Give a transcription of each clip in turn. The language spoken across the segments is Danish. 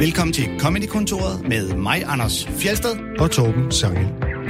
Velkommen til Comedy-kontoret med mig, Anders Fjeldsted og Torben Sangel.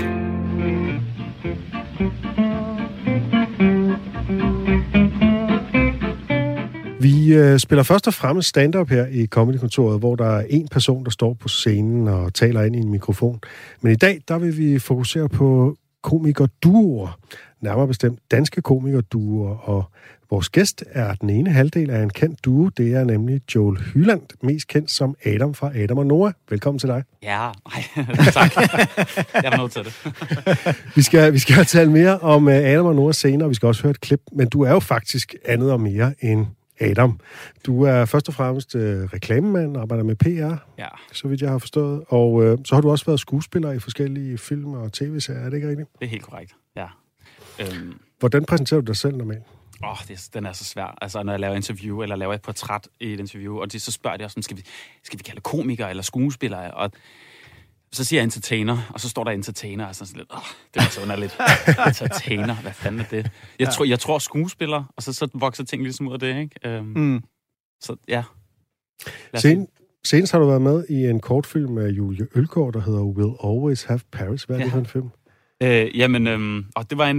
Vi spiller først og fremmest stand-up her i Comedy-kontoret, hvor der er en person, der står på scenen og taler ind i en mikrofon. Men i dag, der vil vi fokusere på komikerduoer, nærmere bestemt danske komikerduoer, og vores gæst er den ene halvdel af en kendt duo. Det er nemlig Joel Hyland, mest kendt som Adam fra Adam og Noah. Velkommen til dig. Ja, tak. Jeg var nødt til det. Vi skal tale mere om Adam og Noah senere, vi skal også høre et klip, men du er jo faktisk andet og mere end Adam. Du er først og fremmest reklamemand, arbejder med PR, ja, så vidt jeg har forstået, og så har du også været skuespiller i forskellige film og tv-serier, er det ikke rigtigt? Det er helt korrekt, ja. Hvordan præsenterer du dig selv normalt? Den er så svær. Altså, når jeg laver interview, eller laver et portræt i et interview, og så spørger de også, skal vi kalde komiker eller skuespiller? Og så siger jeg entertainer, og så står der entertainer, og så sådan lidt, det er så underligt. Entertainer, hvad fanden er det? Jeg tror skuespiller, og så vokser ting ligesom ud af det, ikke? Så ja. Senest har du været med i en kortfilm med Julie Ølgaard, der hedder Will Always Have Paris. Hvad er det for en film? Det var en...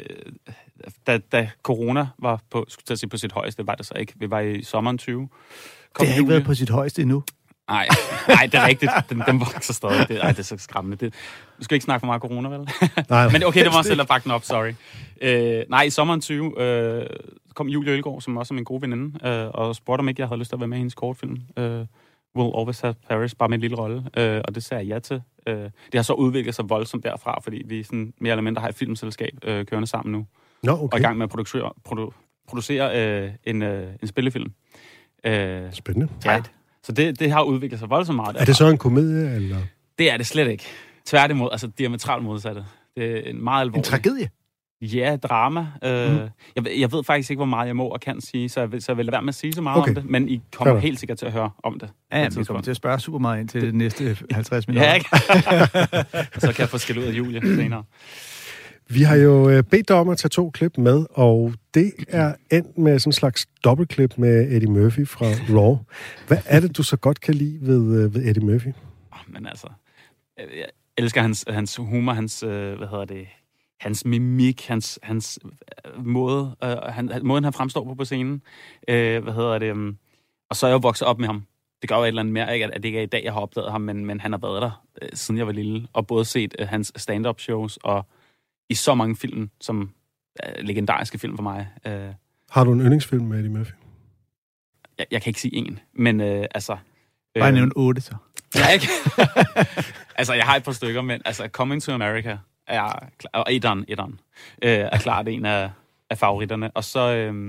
Da corona var på sit højeste, var det så ikke. Vi var i sommeren 20. Det har ikke været på sit højeste endnu. Nej, det er rigtigt. Den vokser stadig. Det er så skræmmende. Du skal ikke snakke for meget corona, vel? Nej. Men okay, det var selv at bakke den op, sorry. I sommeren 20 kom Julie Ølgaard, som også er min gode veninde, og spurgte om ikke jeg havde lyst til at være med i hendes kortfilm. Will Always Have Paris, bare med en lille rolle. Og det sagde jeg ja til. Det har så udviklet sig voldsomt derfra, fordi vi sådan mere eller mindre har et filmselskab kørende sammen nu. Okay. Og i gang med at producere en spillefilm. Spændende. Ja. Så det har udviklet sig voldsomt meget. Er det så en komedie, eller? Det er det slet ikke. Tværtimod, altså diametralt modsatte. Det er en meget alvorlig... En tragedie? Ja, drama. Jeg ved faktisk ikke, hvor meget jeg må og kan sige, så jeg vil lade være med at sige så meget om det, men I kommer helt sikkert til at høre om det. Ja, vi kommer til at spørge super meget ind til de næste 50 minutter. Ja, ikke? Og så kan jeg få skæld ud af Julie senere. Vi har jo bedt dig om at tage 2 klip med, og det er endt med sådan en slags dobbeltklip med Eddie Murphy fra Raw. Hvad er det, du så godt kan lide ved Eddie Murphy? Men altså, jeg elsker hans humor, hans mimik, hans måde, måden han fremstår på scenen. Og så er jeg jo vokset op med ham. Det gør jo et eller andet mere, ikke? At det ikke er i dag, jeg har opdaget ham, men han har været der, siden jeg var lille, og både set hans stand-up shows og i så mange film, som legendariske film for mig. Har du en yndlingsfilm med Eddie Murphy? Jeg kan ikke sige en, men Bare nævne 8, så. Ja, ikke? Altså, jeg har et par stykker, men Coming to America og Edon er klart en af favoritterne. Og så...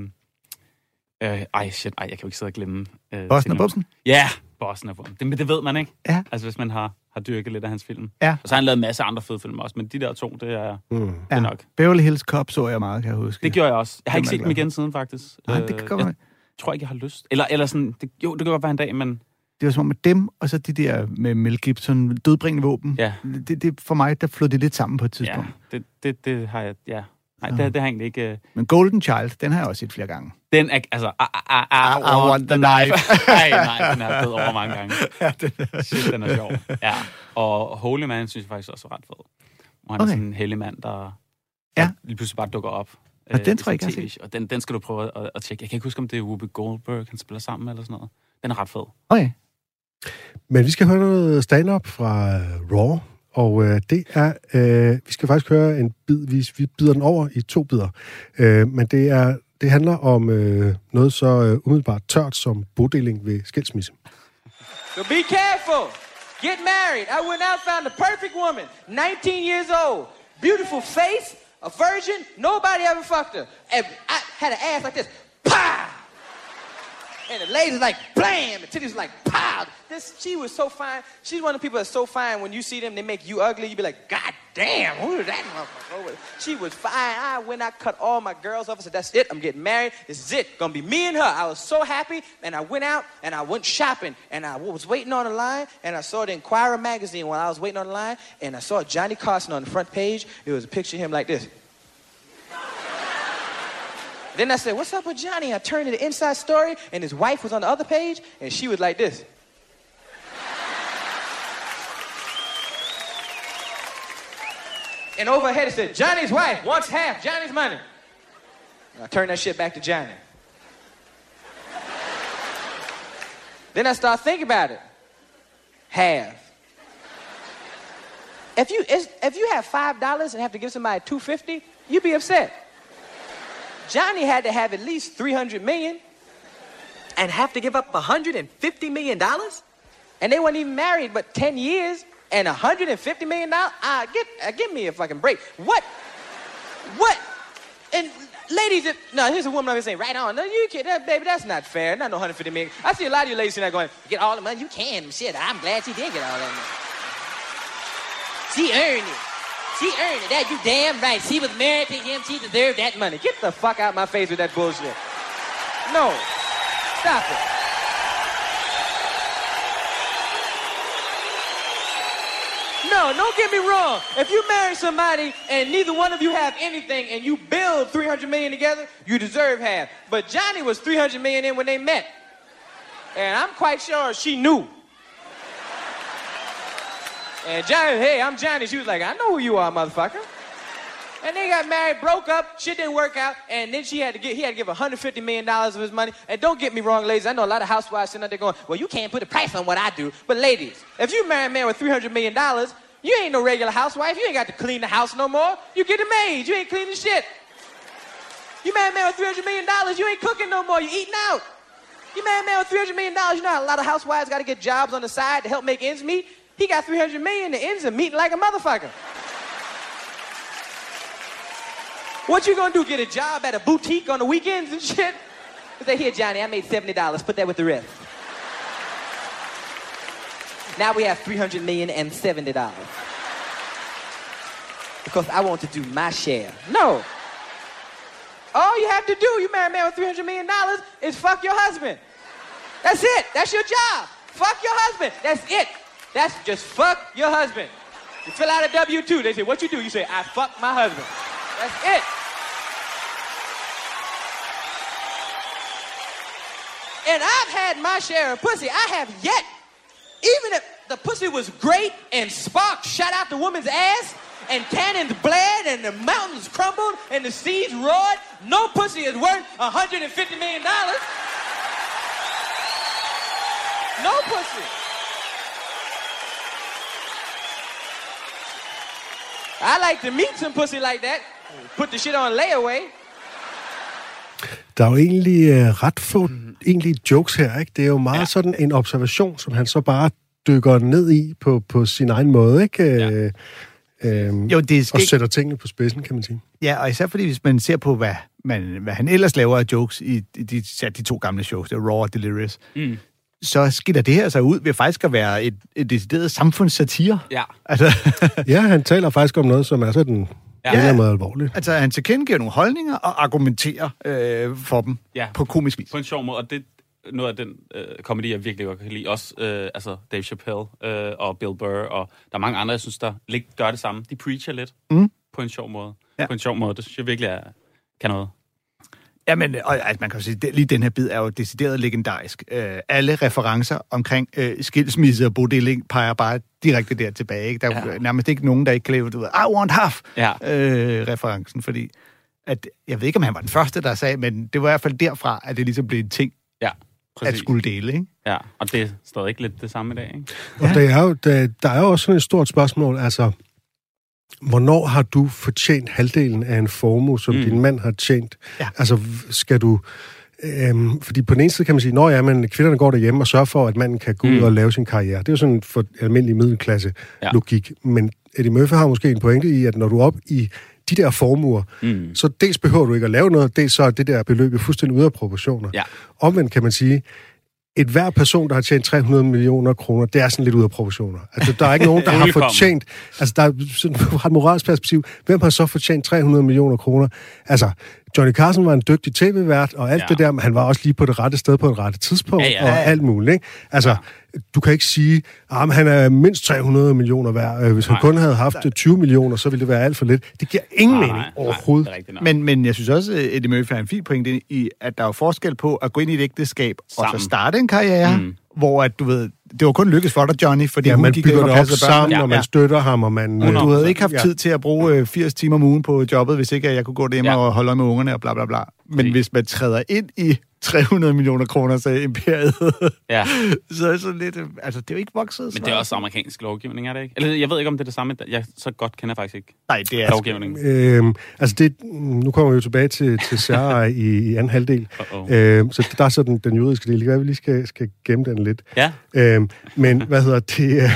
jeg kan jo ikke sidde og glemme... Bossen og Bumsen? Ja, Bossen og Bumsen. Det ved man, ikke? Ja. Altså, hvis man har dyrket lidt af hans film. Ja. Og så har han lavet en masse andre fede film også, men de der 2, det er nok. Beverly Hills Cop så jeg meget, kan jeg huske. Det gjorde jeg også. Jeg har ikke set dem igen siden, faktisk. Nej, det kan godt være. Jeg tror ikke, jeg har lyst. Eller sådan... Det kan godt være en dag, men... Det var som om med dem, og så de der med Mel Gibson, dødbringende våben. Ja. Det for mig, der flød det lidt sammen på et tidspunkt. Ja, det har jeg... Ja. Nej, det har egentlig ikke... Men Golden Child, den har jeg også set flere gange. Den er... Altså... I want the knife. Nej, den er blevet over mange gange. Shit, den er sjov. Ja. Og Holy Man synes jeg faktisk også er ret fed. Og han er sådan en hellig mand, der lige pludselig bare dukker op. Og den tror jeg ikke, jeg har set. Og den skal du prøve at tjekke. Jeg kan ikke huske, om det er Whoopi Goldberg, han spiller sammen eller sådan noget. Den er ret fed. Okay. Men vi skal høre noget stand-up fra Raw, og det er... vi skal faktisk høre en bid, vi bider den over i 2 bidder. Men det handler om noget så umiddelbart tørt som bodeling ved skilsmisse. So be careful. Get married. I went out and found the perfect woman. 19 years old. Beautiful face. A virgin. Nobody ever fucked her. And I had an ass like this. Pow! And the ladies like, blam! The titties like, pow! She was so fine. She's one of the people that's so fine, when you see them, they make you ugly. You be like, God damn, who is that motherfucker? She was fine. I went out, cut all my girls off. I said, that's it. I'm getting married. This is it. Gonna be me and her. I was so happy. And I went out, and I went shopping. And I was waiting on the line, and I saw the Inquirer magazine while I was waiting on the line. And I saw Johnny Carson on the front page. It was a picture of him like this. Then I said, what's up with Johnny? I turned to the inside story, and his wife was on the other page, and she was like this. And over her head it said, Johnny's wife wants half Johnny's money. I turned that shit back to Johnny. Then I start thinking about it. Half. If you have $5 and have to give somebody $250, you'd be upset. Johnny had to have at least $300 million and have to give up $150 million? And they weren't even married but 10 years and $150 million? Give me a fucking break. What? And ladies, here's a woman I'm saying, right on. No, you can't, baby, that's not fair. Not no $150 million. I see a lot of you ladies sitting there going, get all the money you can. Shit, I'm glad she did get all that money. She earned it. She earned it. That you damn right. She was married to him. She deserved that money. Get the fuck out my face with that bullshit. No. Stop it. No, don't get me wrong. If you marry somebody and neither one of you have anything and you build $300 million together, you deserve half. But Johnny was $300 million in when they met. And I'm quite sure she knew. And Johnny, hey, I'm Johnny. She was like, I know who you are, motherfucker. And they got married, broke up, shit didn't work out, and then he had to give $150 million of his money. And don't get me wrong, ladies, I know a lot of housewives sitting out there going, well, you can't put a price on what I do. But ladies, if you marry a man with $300 million, you ain't no regular housewife. You ain't got to clean the house no more. You get a maid. You ain't cleaning shit. You marry a man with $300 million, you ain't cooking no more. You eating out. You marry a man with $300 million, you know how a lot of housewives got to get jobs on the side to help make ends meet? He got $300 million, the ends are meeting like a motherfucker. What you gonna do, get a job at a boutique on the weekends and shit? Say, here, Johnny, I made $70, put that with the rest. Now we have $300 million and $70. Because I want to do my share. No. All you have to do, you marry a man with $300 million, is fuck your husband. That's it. That's your job. Fuck your husband. That's it. That's just fuck your husband. You fill out a W-2. They say, what you do? You say, I fuck my husband. That's it. And I've had my share of pussy. I have yet. Even if the pussy was great and sparks shot out the woman's ass and cannons bled and the mountains crumbled and the seas roared, no pussy is worth $150 million. No pussy. I like to meet some pussy like that. Put the shit on layaway. Der er jo egentlig ret få egentlige jokes her, ikke? Det er jo meget sådan en observation, som han så bare dykker ned i på sin egen måde, ikke? Jo, det og sætter tingene på spidsen, kan man sige. Ja, og især fordi, hvis man ser på, hvad han ellers laver af jokes i de to gamle shows, det er Raw og Delirious, så skiller det her sig ud ved faktisk at være et decideret samfundssatire. Ja. Altså, ja, han taler faktisk om noget, som er sådan meget alvorligt. Altså, han tilkendegiver nogle holdninger og argumenterer for dem på komisk vis. På en sjov måde, og det noget af den komedi, jeg virkelig godt kan lide. Også altså Dave Chappelle og Bill Burr, og der er mange andre, jeg synes, der gør det samme. De preacher lidt på en sjov måde. Ja. På en sjov måde. Det synes jeg virkelig kan noget. Ja, men altså, man kan jo sige, lige den her bid er jo decideret legendarisk. Alle referencer omkring skilsmisse og bodeling peger bare direkte der tilbage. Ikke? Der er nærmest ikke nogen, der ikke kan leve det ud. I want half! Referencen, fordi at, jeg ved ikke, om han var den første, der sagde, men det var i hvert fald derfra, at det ligesom blev en ting, at skulle dele. Ikke? Ja, og det er stadig ikke lidt det samme i dag, ikke? Og der er jo også sådan et stort spørgsmål, altså, hvornår har du fortjent halvdelen af en formue, som din mand har tjent? Ja. Altså, skal du... fordi på den ene side kan man sige, men kvinderne går derhjemme og sørger for, at manden kan gå ud og lave sin karriere. Det er jo sådan for almindelig middelklasse logik. Men Eddie Murphy har måske en pointe i, at når du er op i de der formuer, så dels behøver du ikke at lave noget, dels så er det der beløb fuldstændig ude af proportioner. Ja. Omvendt kan man sige, et hver person, der har tjent 300 millioner kroner, det er sådan lidt ud af proportioner. Altså, der er ikke nogen, der har fortjent... Altså, der er sådan fra et moralsk perspektiv, hvem har så fortjent 300 millioner kroner? Altså, Johnny Carson var en dygtig tv-vært, og alt det der, men han var også lige på det rette sted på et rette tidspunkt, og alt muligt, ikke? Altså, du kan ikke sige, at han er mindst 300 millioner værd. Hvis han kun havde haft 20 millioner, så ville det være alt for lidt. Det giver ingen mening overhovedet. Men jeg synes også, at Eddie Murphy har en fin pointe i, at der er forskel på at gå ind i et ægteskab og så starte en karriere, hvor at, du ved, det var kun lykkes for dig, Johnny, fordi ja, hun man gik bygger det op sammen, og man Ja. støtter ham, og man... du havde ikke haft tid til at bruge 80 timer om ugen på jobbet, hvis ikke jeg kunne gå derhjemme og holde øje med ungerne og bla bla bla. Men hvis man træder ind i 300 millioner kroner, så imperiet, så er det sådan lidt... Altså, det er jo ikke vokset. Men det er også amerikansk lovgivning, er det ikke? Eller jeg ved ikke, om det er det samme. Så godt kender jeg faktisk ikke. Nej, det er lovgivning. Nu kommer vi jo tilbage til Sarah i anden halvdel. Så der er så den juridiske del. Jeg vil lige skal gemme den lidt. Ja. Men hvad hedder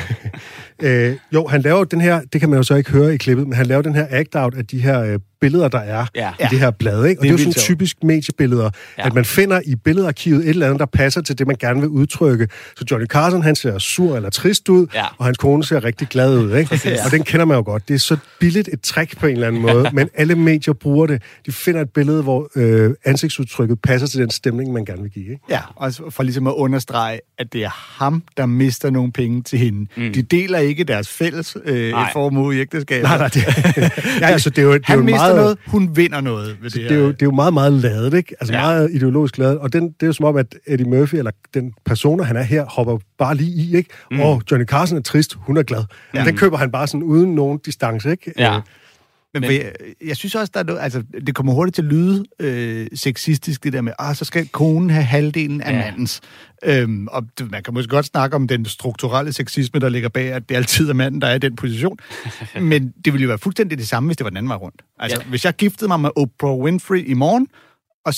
det? Jo, han laver den her, det kan man jo så ikke høre i klippet, men han laver den her act-out af de her billeder, der er i det her blad, ikke? Og det er jo sådan typisk mediebilleder, at man finder i billedarkivet et eller andet, der passer til det, man gerne vil udtrykke. Så Johnny Carson, han ser sur eller trist ud, og hans kone ser rigtig glad ud, ikke? Og den kender man jo godt. Det er så billigt et trick på en eller anden måde, men alle medier bruger det. De finder et billede, hvor ansigtsudtrykket passer til den stemning, man gerne vil give, ikke? Ja, og for ligesom at understrege, at det er ham, der mister nogle penge til hende. De deler ikke deres fælles formue i ægteskabet. Nej, det altså, det er jo han mister meget, noget, hun vinder noget ved det her. Det er jo meget, meget ladet, ikke? Altså meget ideologisk ladet. Og det er jo som om, at Eddie Murphy, eller den persona, han er her, hopper bare lige i, ikke? Og Johnny Carson er trist, hun er glad. Ja. Den køber han bare sådan uden nogen distance, ikke? Ja. Men jeg synes også, der er noget, altså, det kommer hurtigt til at lyde sexistisk, det der med, så skal konen have halvdelen af mandens. Og man kan måske godt snakke om den strukturelle sexisme, der ligger bag, at det altid er manden, der er i den position. Men det ville jo være fuldstændig det samme, hvis det var den anden vej rundt. Altså, hvis jeg giftede mig med Oprah Winfrey i morgen, og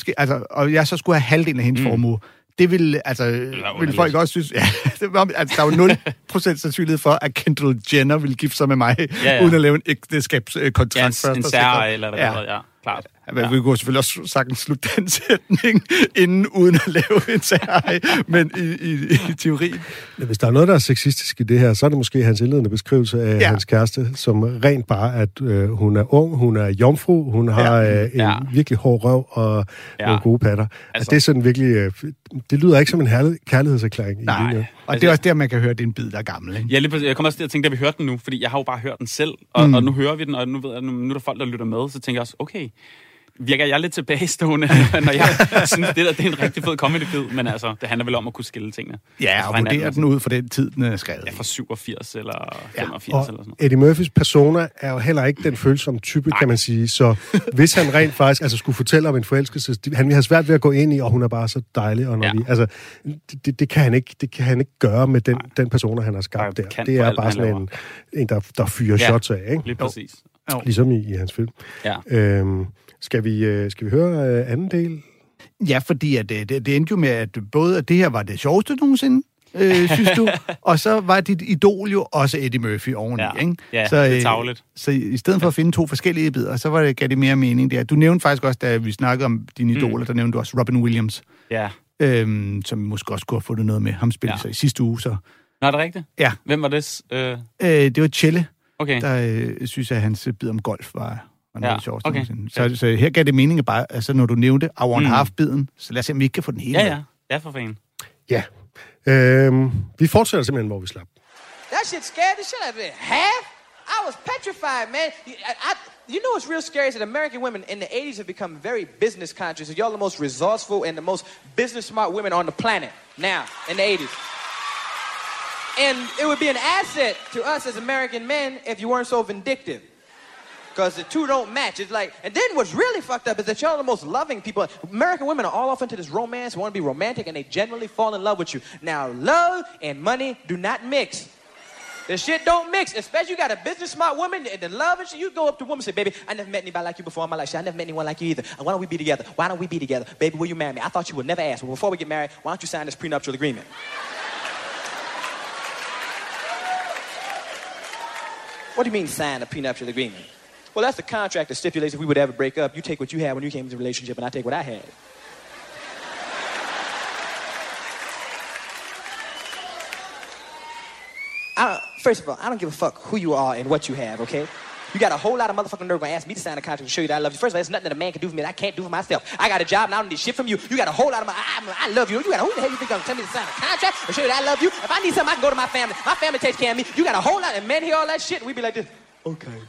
og jeg så skulle have halvdelen af hendes formue, det vil folk også synes... Ja, der er jo 0% sandsynlighed for, at Kendall Jenner vil gifte sig med mig, uden at lave en ægteskabskontrakt først. En sær eller klart. Ja. Vi kunne selvfølgelig også sagtens slutte den sætning inden, uden at lave en sær, men i teorien. Ja, hvis der er noget, der er sexistisk i det her, så er det måske hans indledende beskrivelse af hans kæreste, som rent bare, at hun er ung, hun er jomfru, hun har en virkelig hård røv og nogle gode patter. Altså, det er sådan virkelig... det lyder ikke som en kærlighedserklæring. Nej, og det er også der, man kan høre, det er en bid, der er gammel, ikke? Ja, jeg kommer også til at tænke, at vi hørte den nu, fordi jeg har jo bare hørt den selv, og nu hører vi den, og nu er der folk, der lytter med, så tænker jeg også, okay, virker jeg lidt tilbagestående, når jeg synes, det er en rigtig fed comedy-bid, men altså, det handler vel om at kunne skille tingene. Ja, og vurdere den ud fra den tid, den er skrevet. Ja, fra 87 eller 85 eller sådan noget. Eddie Murphys persona er jo heller ikke den følsomme type, kan man sige, så hvis han rent faktisk skulle fortælle om en forelskelse, han vil have svært ved at gå ind i, og hun er bare så dejlig, og når det kan han ikke gøre med den persona, han har skabt der. Det er bare sådan en der fyrer shots af, ikke? Lige præcis. Ligesom i hans film. Ja. Skal vi høre anden del? Ja, fordi at det endte jo med, at både at det her var det sjoveste nogensinde, synes du, og så var dit idol jo også Eddie Murphy oveni, ikke? Ja, så, det er tarveligt. Så i stedet for at finde to forskellige bidder, så gav det mere mening der. Du nævnte faktisk også, da vi snakkede om dine idoler, der nævnte du også Robin Williams. Ja. Som måske også kunne have fundet noget med ham spillet sig i sidste uge, så... Nå, er det rigtigt? Ja. Hvem var det? Det var Chelle, der synes jeg, at hans bid om golf var noget sjovt. Okay. Så her gav det mening bare, altså når du nævnte I Want Half-biden, så lad os se, om vi ikke kan få den hele. Ja, for fanden. Ja. Vi fortsætter simpelthen, hvor vi slap. That shit scared the shit out of me. Half? I was petrified, man. You know what's real scary is that American women in the 80s have become very business conscious. So y'all the most resourceful and the most business smart women on the planet now in the 80s. And it would be an asset to us as American men if you weren't so vindictive. Because the two don't match. It's like, and then what's really fucked up is that y'all are the most loving people. American women are all off into this romance, want to be romantic, and they generally fall in love with you. Now, love and money do not mix. The shit don't mix, especially you got a business smart woman and the love and shit. You go up to a woman and say, baby, I never met anybody like you before in my life. I never met anyone like you either. Why don't we be together? Why don't we be together? Baby, will you marry me? I thought you would never ask. Well, before we get married, why don't you sign this prenuptial agreement? What do you mean sign a prenuptial agreement? Well, that's the contract that stipulates if we would ever break up, you take what you had when you came into a relationship and I take what I had. First of all, I don't give a fuck who you are and what you have, okay? You got a whole lot of motherfucking nerve gonna ask me to sign a contract to show you that I love you. First of all, there's nothing that a man can do for me that I can't do for myself. I got a job and I don't need shit from you. You got a whole lot of I love you. You got who the hell you think gonna tell me to sign a contract to show you that I love you? If I need something, I can go to my family. My family takes care of me. You got a whole lot of men hear all that shit and we be like this. Okay.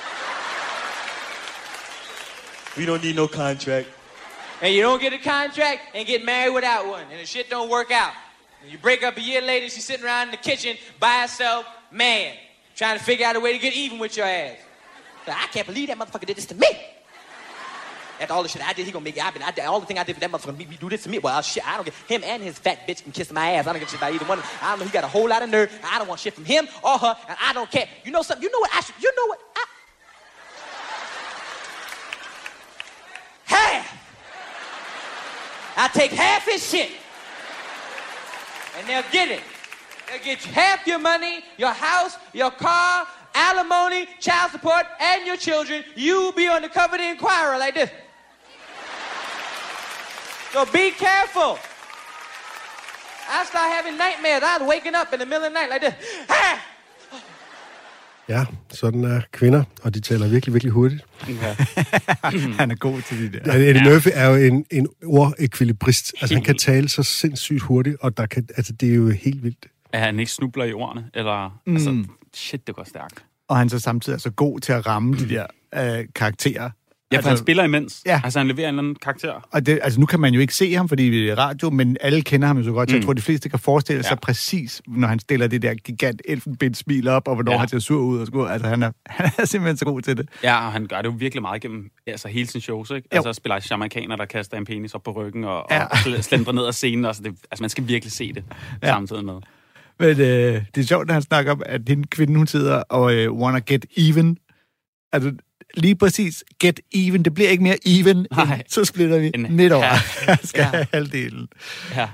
We don't need no contract. And you don't get a contract and get married without one. And the shit don't work out. You break up a year later, she's sitting around in the kitchen by herself, man, trying to figure out a way to get even with your ass. So I can't believe that motherfucker did this to me. After all the shit I did, he gonna make it. All the thing I did for that motherfucker make me do this to me. Well, shit, I don't get him and his fat bitch can kiss my ass. I don't give a shit about either one. I don't know. He got a whole lot of nerve. I don't want shit from him or her, and I don't care. You know something? You know what I should? You know what? Half. I take half his shit, and they'll get it. They'll get half your money, your house, your car, alimony, child support, and your children. You will be on the cover of the Inquirer like this. So be careful. I start having nightmares. I was waking up in the middle of the night like this. Ah! Ja, sådan er kvinder, og de taler virkelig, virkelig hurtigt. Han er god til de der. Eddie Murphy er jo en ordekvilibrist. Altså, han kan tale så sindssygt hurtigt, og det er jo helt vildt. At han ikke snubler i ordene, eller... Altså, shit, det går stærkt. Og han så samtidig er så god til at ramme de der karakterer. Ja, for han spiller imens. Ja. Altså, han leverer en eller anden karakter. Og det, altså, nu kan man jo ikke se ham, fordi vi er i radio, men alle kender ham jo så godt, så jeg tror, de fleste kan forestille sig præcis, når han stiller det der gigant elfenbenssmil op, og hvornår han ser sur ud og skur. Altså, han er simpelthen så god til det. Ja, og han gør det jo virkelig meget gennem hele sin shows, ikke? Altså, spiller jamaicaner, der kaster en penis op på ryggen og slendrer ned af scenen. Altså, man skal virkelig se det samtidig med. Men det er sjovt, når han snakker om, at den kvinde, hun sidder og wanna get even. Altså, lige præcis, get even. Det bliver ikke mere even, så splitter vi midt over. Jeg skal have halvdelen. Ja.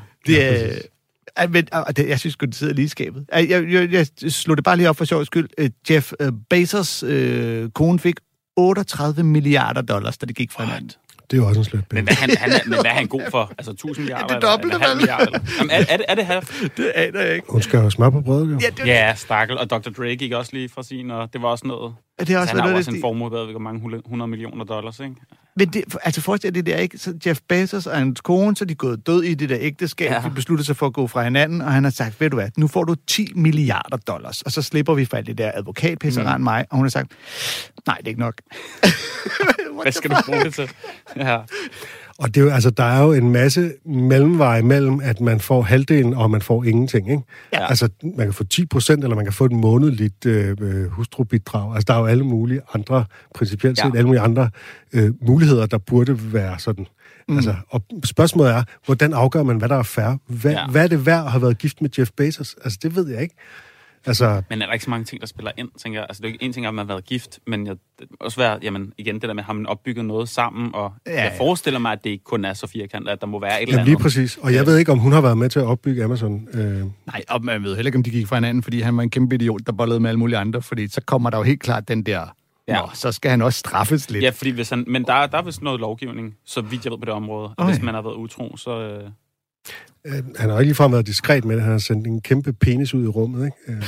Jeg synes godt det sidder lige i skabet. Jeg slog det bare lige op for sjov skyld. Jeff Bezos kone fik $38 milliarder, da det gik fra hinanden. Det er jo også en slet. Men hvad er han god for? Altså 1000 milliarder? Det er dobbelt, er det halvt? Det aner jeg ikke. Hun skal jo smør på brødet, jo. Ja, stakkel. Og Dr. Dre gik også lige fra sin, og det var også noget... Det er også han har også en formue, hvor mange $100 million, ikke? Men det, altså forestil det der ikke, så Jeff Bezos og hans kone, så er de gået død i det der ægteskab, de besluttede sig for at gå fra hinanden, og han har sagt, ved du hvad, nu får du $10 milliarder, og så slipper vi for det der advokatpisserand mig, og hun har sagt, nej, det er ikke nok. Hvad skal du bruge det til? Ja. Og det er jo, altså, der er jo en masse mellemveje mellem, at man får halvdelen, og man får ingenting, ikke? Ja. Altså, man kan få 10%, eller man kan få et månedligt hustrubidrag. Altså, der er jo alle mulige andre, principielt set, alle mulige andre muligheder, der burde være sådan. Altså, og spørgsmålet er, hvordan afgør man, hvad der er fair? Hvad er det værd at have været gift med Jeff Bezos? Altså, det ved jeg ikke. Altså... Men er der ikke så mange ting, der spiller ind, tænker jeg? Altså, det er jo ikke en ting, at man har været gift, men det også være, jamen, igen, det der med, har man opbygget noget sammen, og jeg forestiller mig, at det ikke kun er så firkantet, at der må være et eller andet. Lige præcis. Og jeg ved ikke, om hun har været med til at opbygge Amazon. Nej, og man ved heller ikke, om de gik fra hinanden, fordi han var en kæmpe idiot, der bollede med alle mulige andre, fordi så kommer der jo helt klart den der... Ja. Nå, så skal han også straffes lidt. Ja, fordi hvis han... Men der er vist noget lovgivning, så vidt jeg ved på det område. Hvis man har været utro, så... Han har ikke ligefrem været diskret med det. Han har sendt en kæmpe penis ud i rummet, ikke?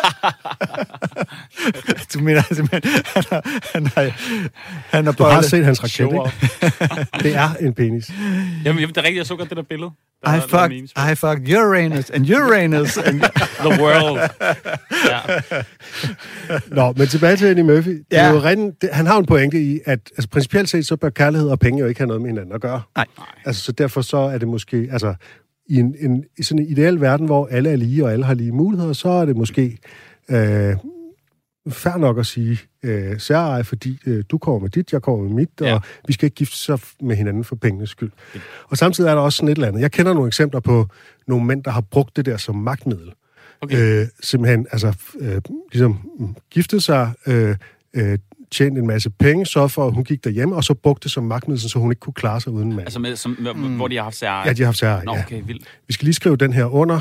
Du mener simpelthen, han har Du har set hans raket, ikke? Det er en penis. Jamen, det er rigtigt. Jeg så godt det der billede. I fucked Uranus and Uranus and the world. Nå, men tilbage til Eddie Murphy. Det er jo han har en pointe i, at altså, principielt set, så bør kærlighed og penge jo ikke have noget med hinanden at gøre. Nej. Altså, så derfor så er det måske... Altså, i sådan en ideel verden, hvor alle er lige, og alle har lige muligheder, så er det måske fair nok at sige særeje, fordi du kommer med dit, jeg kommer med mit, og vi skal ikke gifte sig med hinanden for pengenes skyld. Og samtidig er der også sådan et eller andet. Jeg kender nogle eksempler på nogle mænd, der har brugt det der som magtmiddel. Okay. Simpelthen, altså, ligesom giftet sig, tjente en masse penge, så for at hun gik derhjemme, og så brugte det som magtmiddel, så hun ikke kunne klare sig uden mand. Altså, hvor de har haft særeje? Ja, de har haft særeje, okay, vildt. Vi skal lige skrive den her under,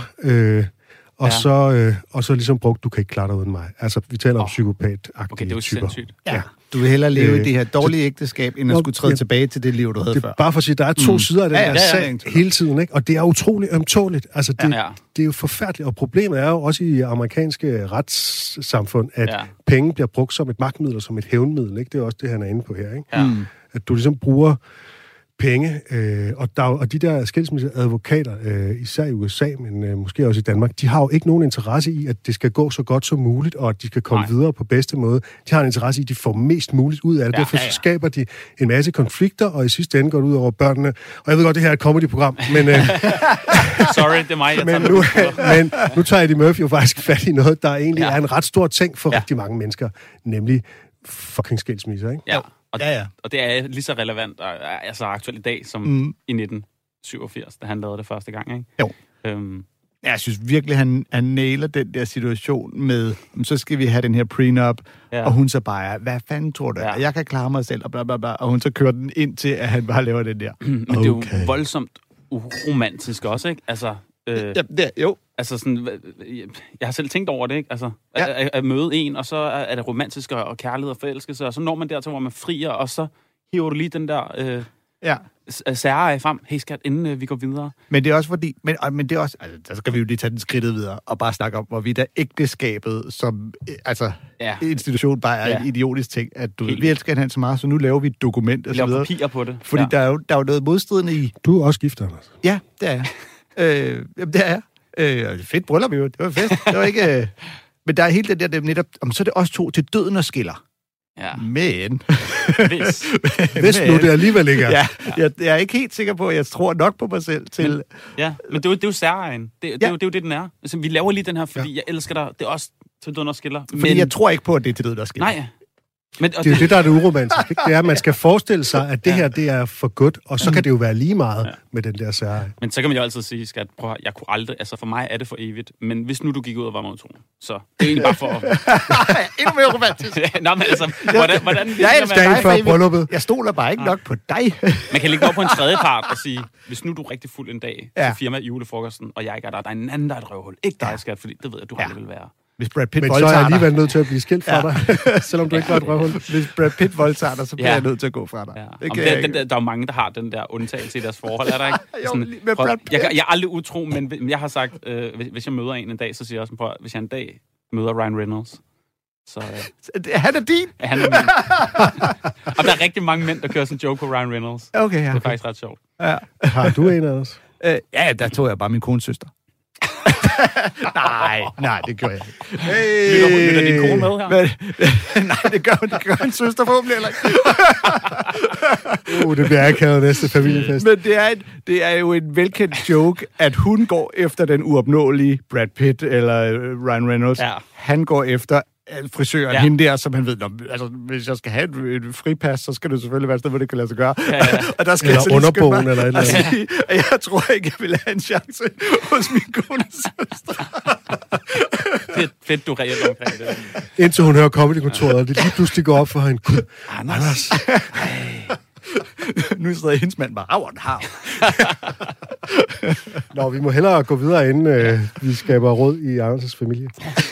og så ligesom brugt, du kan ikke klare dig uden mig. Altså, vi taler om psykopat-agtige okay, det er jo typer. sindssygt. Ja. Du vil hellere leve i det her dårlige ægteskab, end at skulle træde tilbage til det liv, du havde før. Bare for at sige, der er to sider af den her sag hele tiden, ikke? Og det er utroligt ømtåligt. Altså, det er jo forfærdeligt, og problemet er jo også i amerikanske retssamfund, at penge bliver brugt som et magtmiddel og som et hævnmiddel, ikke? Det er også det, han er inde på her, ikke? At du ligesom bruger penge, og de der skilsmisseadvokater, især i USA, men måske også i Danmark, de har jo ikke nogen interesse i, at det skal gå så godt som muligt, og at de skal komme videre på bedste måde. De har en interesse i, at de får mest muligt ud af det. Derfor så skaber de en masse konflikter, og i sidste ende går det ud over børnene. Og jeg ved godt, det her er et comedy-program, men... Sorry, det er mig, men nu tager Eddie Murphy jo faktisk fat i noget, der egentlig er en ret stor ting for rigtig mange mennesker, nemlig fucking skilsmisser, ikke? Ja. Og det er lige så relevant, altså aktuelt i dag, som i 1987, da han lavede det første gang, ikke? Jo. Jeg synes virkelig, han nailer den der situation med, så skal vi have den her prenup, og hun så bare, hvad fanden tror du? Jeg kan klare mig selv, og bla bla bla, og hun så kører den ind til, at han bare laver den der. Men det er jo voldsomt uromantisk også, ikke? Altså, jo. Altså sådan, jeg har selv tænkt over det, ikke? Altså, at møde en, og så er det romantisk og kærlighed og forelskelse, og så når man dertil, hvor man frier, og så hiver du lige den der sære frem. Hey skat, inden vi går videre. Men det er også fordi, men det er også, altså, der skal vi jo lige tage den skridtet videre, og bare snakke om, hvorvidt der ægteskabet som, institution bare er en idiotisk ting, at vi elsker hinanden så meget, så nu laver vi et dokument og så videre. Laver papirer på det. Fordi der er jo noget modstridende i... Du er også gift, Anders. Ja, det er jeg. Jamen, det er jeg. Fedt bryllup jo, det var fest. Det var ikke... Men der er helt det der netop... Så er det også to til døden og skiller. Ja. Men... Hvis nu det alligevel ikke er. Jeg er ikke helt sikker på, at jeg tror nok på mig selv til... Men det er jo særegen. Det er jo det, den er. Altså, vi laver lige den her, fordi jeg elsker dig. Det er også til døden og skiller. Fordi jeg tror ikke på, at det er til døden og skiller. Nej. Men, det er jo det, der er det uromantiske. Det er, at man skal forestille sig, at det her, det er for godt, og så kan det jo være lige meget med den der sære. Men så kan man jo altid sige, skat, prøv, jeg kunne aldrig, altså for mig er det for evigt, men hvis nu du gik ud og var med to, så det er egentlig bare for... Endnu mere romantisk. Nå, men altså, hvordan jeg elsker dig for brylluppet. Jeg stoler bare ikke nok på dig. Man kan ligge over på en tredje part og sige, hvis nu du er rigtig fuld en dag til firma julefrokosten, og jeg ikke er der er en anden, der er et røvhul. Ikke dig, skat, fordi det ved jeg, du aldrig vil være. Hvis Brad Pitt men så er jeg alligevel nødt til at blive skilt fra dig, selvom du ikke var et røvhul. Hvis Brad Pitt voldtager dig, så bliver jeg nødt til at gå fra dig. Der er jo mange, der har den der undtagelse i deres forhold, er der ikke? Jeg er aldrig utro, men jeg har sagt, hvis jeg møder en dag, så siger jeg også, hvis jeg en dag møder Ryan Reynolds, så... Han er din? Han er min. Og der er rigtig mange mænd, der kører sådan en joke på Ryan Reynolds. Okay, det er faktisk ret sjovt. Ja. Har du en af os? Der tog jeg bare min kones søster. Nej, det gør jeg ikke. Hey. Lytter din kone med her? Nej, det gør en søster forhåbentlig heller ikke. Det bliver akavet næste familiefest. Men det er jo en velkendt joke, at hun går efter den uopnåelige Brad Pitt eller Ryan Reynolds. Ja. Han går efter frisøren, hende der, som han ved, altså, hvis jeg skal have et fripas, så skal det selvfølgelig være et sted, hvor det kan lade sig gøre. Ja. Og der skal eller underbogen, eller et eller andet. Jeg tror ikke, jeg vil have en chance hos min kones søster. Fedt, du reelt omkring det. Indtil hun hører Comedy-kontoret, og det lige pludselig går op for hende. Anders. Nu sidder hendes mand bare, hav. Nå, vi må hellere gå videre, inden vi skaber råd i Anders' familie.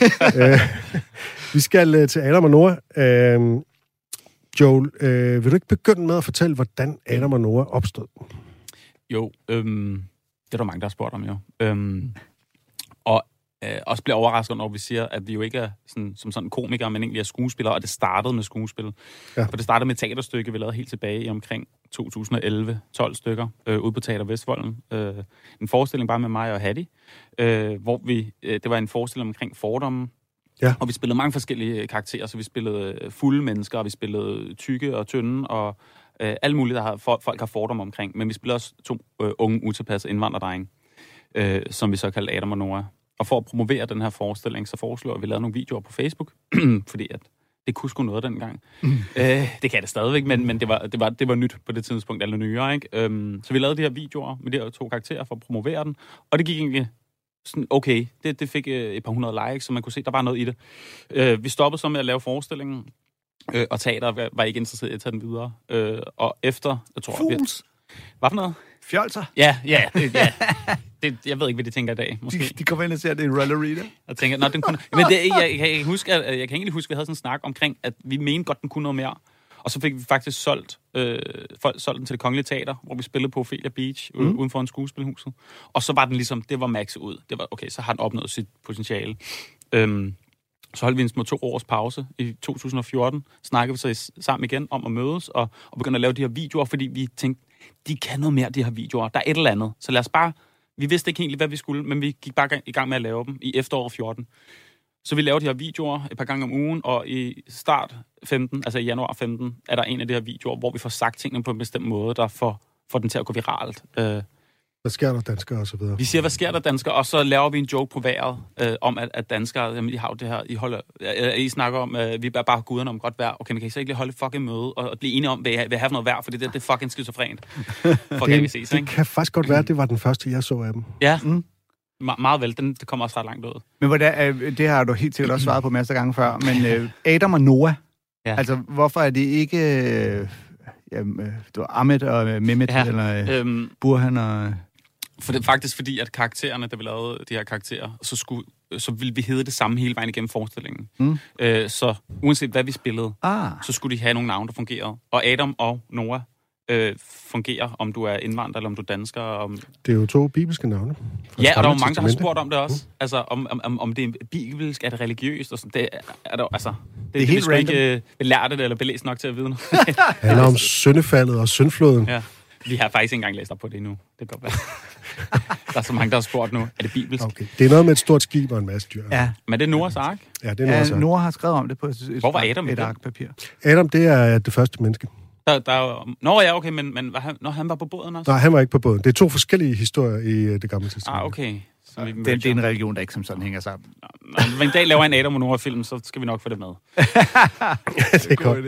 Vi skal til Adam og Noah. Joel, vil du ikke begynde med at fortælle, hvordan Adam og Noah opstod? Jo, det er der mange, der har spurgt om, jo. Og også bliver overrasket, når vi siger, at vi jo ikke er som sådan komikere, men egentlig er skuespillere, og det startede med skuespil. Ja. For det startede med et teaterstykke, vi lavede helt tilbage i omkring 2011, 12 stykker, ude på Teater Vestvolden. En forestilling bare med mig og Hattie, hvor det var en forestilling omkring fordomme, og vi spillede mange forskellige karakterer, så vi spillede fulde mennesker, og vi spillede tykke og tynde, og alt muligt, folk har fordomme omkring. Men vi spillede også 2 unge, utilpassede indvandrerdrenge, som vi så kaldte Adam og Noah. Og for at promovere den her forestilling, så foreslår at vi lavede nogle videoer på Facebook, fordi at det kunne sgu noget dengang. Det kan det stadigvæk, men det var nyt på det tidspunkt, eller nyere, ikke? Så vi lavede de her videoer med de her 2 karakterer for at promovere den, og det gik egentlig sådan okay. Det fik et par 100 likes, så man kunne se, der var noget i det. Vi stoppede så med at lave forestillingen, og teater var ikke interesseret i at tage den videre. Og efter, jeg tror... Fools! Hvad for noget? Fjolser? Ja. Jeg ved ikke, hvad de tænker i dag. Måske. De kommer ind og ser det i Rollerita. Jeg tænker, den kunne... Men jeg kan egentlig huske, at vi havde sådan en snak omkring, at vi mente godt, den kunne noget mere. Og så fik vi faktisk solgt den til Det Kongelige Teater, hvor vi spillede på Ophelia Beach, uden for en skuespilhuset. Og så var den ligesom, det var maxet ud. Det var, okay, så har den opnået sit potentiale. Så holdt vi en små 2 års pause i 2014. Snakkede vi så sammen igen om at mødes og begynde at lave de her videoer, fordi vi tænkte, de kan noget mere, de her videoer. Der er et eller andet. Så lad os bare... Vi vidste ikke helt, hvad vi skulle, men vi gik bare i gang med at lave dem i efteråret 14. Så vi lavede de her videoer et par gange om ugen, og i start 15, altså i januar 15, er der en af de her videoer, hvor vi får sagt tingene på en bestemt måde, der får den til at gå viralt. Hvad sker der, danskere og så videre? Vi siger, hvad sker der, danskere, og så laver vi en joke på vejret om, at danskere, jamen, de har jo det her, I snakker om, vi er bare guderne om godt vejr. Okay, men kan I så ikke lige holde et fucking møde og blive enige om, hvad jeg have noget vejr, for det er fucking skizofrent. Det kan faktisk godt være, at det var den første, jeg så af dem. Ja, meget vel. Det kommer også ret langt ud. Men hvordan, det har du helt sikkert også svaret på masser af gange før, men Adam og Noah, altså hvorfor er det ikke Ahmed og Mehmet, eller Burhan og... Faktisk fordi, at karaktererne, da vi lavede de her karakterer, så ville vi hedde det samme hele vejen igennem forestillingen. Så uanset hvad vi spillede, så skulle de have nogle navne, der fungerede. Og Adam og Noah fungerer, om du er indvandrer, eller om du er dansker. Det er jo 2 bibelske navne. Ja, og der er jo mange, der har spurgt om det også. Altså, om det er bibelsk, er det religiøst, og sådan. Det er der, altså... Det er helt random. Ikke belært det, eller belæst nok til at vide noget. Det handler om syndefaldet og syndfloden. Ja. Vi har faktisk ikke engang læst op på det endnu. Det kan godt være. Der er så mange, der har spurgt nu. Er det bibelsk? Okay. Det er noget med et stort skib og en masse dyr. Ja. Men det er Noahs ark? Ja, det er Noahs ark. Noah har skrevet om det på Hvor var Adam et ark papir. Adam, det er det første menneske. Nå ja, okay, men han var på båden også? Nej, han var ikke på båden. Det er 2 forskellige historier i det gamle testamente. Okay. Det er en religion, der ikke som sådan hænger sammen. Når en dag laver en Adam og Noah-film, så skal vi nok få det med. Det er godt.